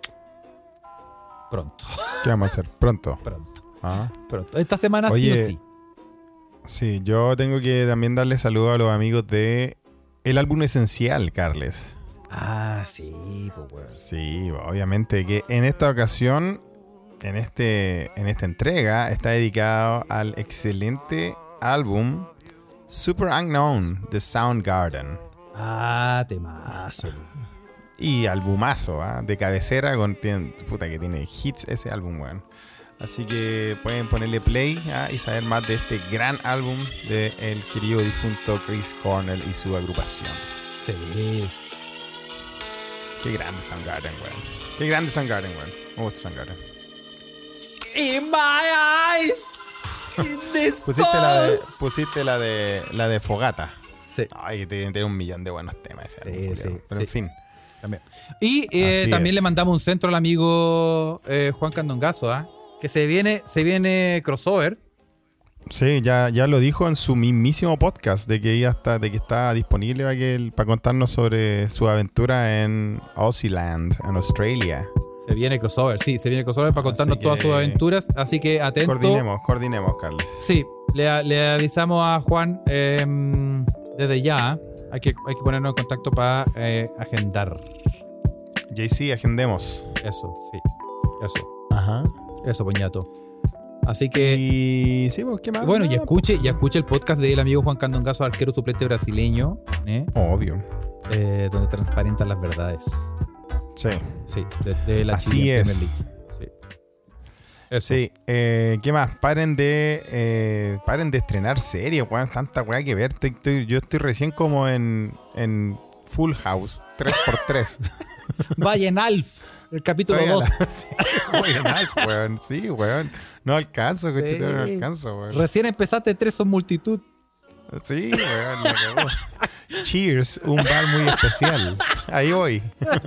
pronto. ¿Qué vamos a hacer? Pronto. Pronto. ¿Ah? Pronto. Esta semana Oye, sí o sí. Sí, yo tengo que también darle saludos a los amigos de El Álbum Esencial, Carles. Ah, sí, pues weón. Sí, obviamente que en esta ocasión, en, este, en esta entrega, está dedicado al excelente álbum Super Unknown de Soundgarden. Ah, temazo. Y albumazo, ¿ah? De cabecera, con, tiene- puta que tiene hits ese álbum, weón. Así que pueden ponerle play, ¿ah? Y saber más de este gran álbum del querido difunto Chris Cornell y su agrupación. Sí. Qué grande Soundgarden, weón. Qué grande Soundgarden, weón. Me gusta Soundgarden. In my eyes. In this Pusiste la de, stars. pusiste la de, la de Fogata. Sí, Ay, tiene, tiene un millón de buenos temas ese Sí, álbum, sí, culiao. Pero sí. en fin. también. Y eh, Así también es. le mandamos un centro al amigo eh, Juan Candongazo, ¿ah? Que se viene, se viene crossover. Sí, ya, ya lo dijo en su mismísimo podcast de que ya está, de que está disponible para, que él- para contarnos sobre su aventura en Aussieland, en Australia. Se viene crossover, sí, se viene crossover para contarnos Así todas que- sus aventuras. Así que atento. Coordinemos, coordinemos, Carles. Sí, le, le avisamos a Juan eh, desde ya. ¿ah? Hay que, hay que ponernos en contacto para eh, agendar. J C, agendemos. Eso, sí. Eso. Ajá. Eso, poñato. Así que. Y sí, pues, ¿qué más? Bueno, y Nada, escuche, y escuche el podcast del amigo Juan Candongazo, arquero suplente brasileño, ¿eh? pues, obvio. Eh, donde transparentan las verdades. Sí. Sí, de, de la Así Chilean es. Premier League. Sí. Eso. Sí, eh, ¿qué más? Paren de eh, paren de estrenar series, weón. Tanta weá que ver. Estoy- estoy- yo estoy recién como en, en Full House, tres por tres. Vayan Alf, el capítulo Estoy a dos. la- sí, weón, weón. Sí, weón. No alcanzo, coche, Sí. no alcanzo, weón. Recién empezaste tres son multitud. Sí, weón, la cagó. Cheers, un bar muy especial. Ahí voy.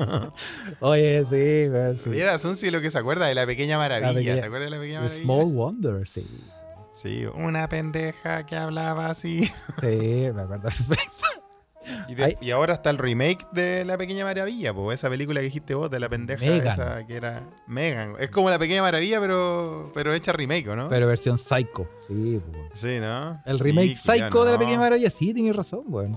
Oye, sí, güey, sí. Mira, Sunsi lo que se acuerda de la pequeña maravilla. La pequeña- ¿Te acuerdas de la pequeña The maravilla? Small Wonder, sí. Sí, una pendeja que hablaba así. Sí, me acuerdo perfecto. Y, de- Ay. y ahora está el remake de La Pequeña Maravilla, pues esa película que dijiste vos de la pendeja Megan. esa que era Megan. Es como La Pequeña Maravilla, pero, pero hecha remake, ¿o ¿no? Pero versión Psycho, sí, pues. Sí, ¿no? El Sí, remake culiao, Psycho de la no. Pequeña Maravilla, sí, tienes razón, weón.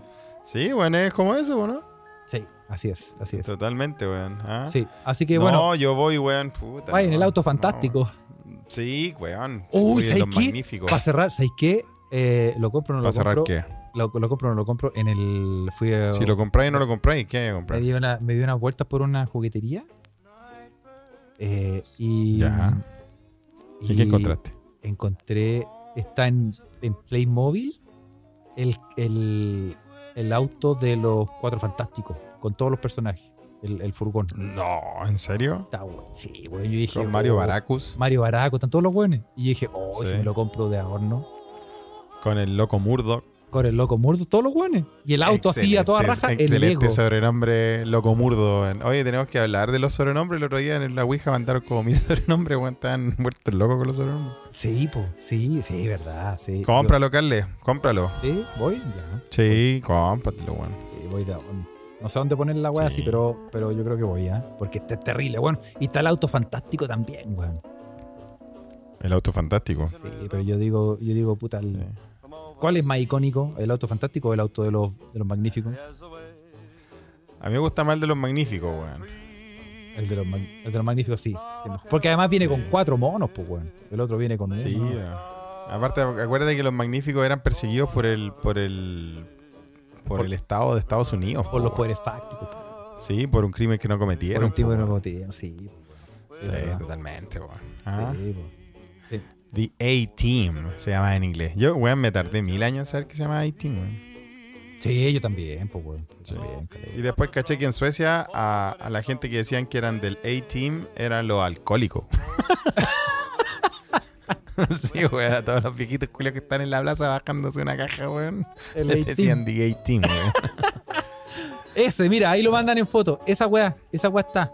Sí, weón, es como eso, ¿no? Sí, así es, así es. Totalmente, weón. ¿Ah? Sí, así que no, bueno. yo voy, weón. Puta, Vaya en el no, auto fantástico. no. Sí, weón. Uy, Voy en ¿sabes los qué? magníficos. Para cerrar, ¿sabes qué? Eh, ¿Lo compro o no ¿Para lo cerrar compro? qué? Lo, lo compro o no lo compro en el... Fui a, Si lo compráis o no lo compráis, ¿qué hay que me, comprar? di una, me di unas vueltas por una juguetería. Eh, y... Ya. ¿Y qué encontraste? Encontré... Está en, en Playmobil el, el, el auto de los Cuatro Fantásticos. Con todos los personajes. El, el furgón. No, ¿en serio? Está bueno. Sí, güey. Yo dije... Con Mario oh, Baracus. Mario Baraco, están todos los buenos. Y yo dije, oh, Sí. si me lo compro de adorno. Con el loco Murdoch. Con el loco Murdo, todos los buenos. Y el auto así a toda raja, el Excelente Lego. sobrenombre, loco Murdo. Oye, tenemos que hablar de los sobrenombres. El otro día en la Ouija mandaron como mil sobrenombres, weón. Estaban muertos locos con los sobrenombres. Sí, po, sí, sí, verdad. Sí. Cómpralo, Carles, cómpralo. Yo- sí, voy, ya. Sí, cómpratelo, weón. Sí, voy de adorno. No sé dónde poner la weá Sí. así, pero, pero yo creo que voy, ¿ah? Porque este es terrible, bueno. Y está el auto fantástico también, weón. El auto fantástico. Sí, pero yo digo, yo digo, puta, el- Sí. ¿cuál es más icónico? ¿El auto fantástico o el auto de los, de los magníficos? A mí me gusta más el de los magníficos, weón. El de los, mag- el de los magníficos, sí. sí, mejor. Porque además viene con cuatro monos, pues, weón. El otro viene con uno. Sí, weón. Aparte, acuérdate que los magníficos eran perseguidos por el por el por, Por- el Estado de Estados Unidos. Por los po, poderes fácticos. po. Sí, por un crimen que no cometieron. Por un tipo po, que no weón. cometieron, sí. Sí, verdad. totalmente, weón. Ah. Sí, po. Sí. The A-Team se llama en inglés. Yo, weón, me tardé mil años en saber que se llama A-Team, weón. Sí, yo también, pues, weón. Yo Sí. también, caleta. Y después caché que en Suecia a, a la gente que decían que eran del A-Team eran los alcohólicos. Sí, weón, a todos los viejitos culios que están en la plaza bajándose una caja, weón. El Les A-Team. decían The A-Team, weón. Ese, mira, ahí lo mandan en foto. Esa weá, esa weá está.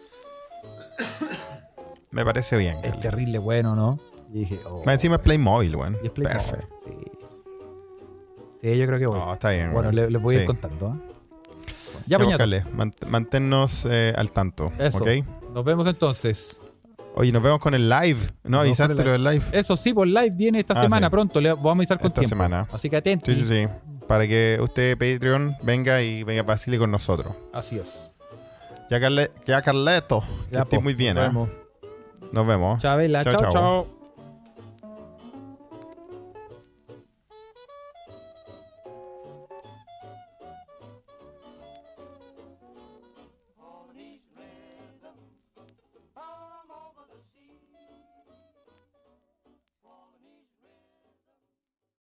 Me parece bien. Es terrible bueno, ¿no? Y dije, oh, Más encima es Playmobil, weón. y es Playmobil. Perfecto. Sí. Sí, yo creo que voy. No, está bien, Bueno, weón. le- les voy a ir Sí. contando, ¿ah? Ya, Ya, Peñato. Carles, mant- manténnos eh, al tanto, Eso. ¿ok? Nos vemos entonces. Oye, nos vemos con el live. No, Nos vemos avisaste con el lo del live. Eso sí, por live viene esta Ah, semana sí. pronto. Le vamos a avisar con Esta tiempo. semana. Así que atentos. Sí, sí, sí. Para que usted, Patreon, venga y venga a Basile con nosotros. Así es. Ya, Carle ya Carleto. Que Ya, estés po, muy bien, nos ¿eh? vemos. Nos vemos. Chabela, Chao, chao, chao. chao.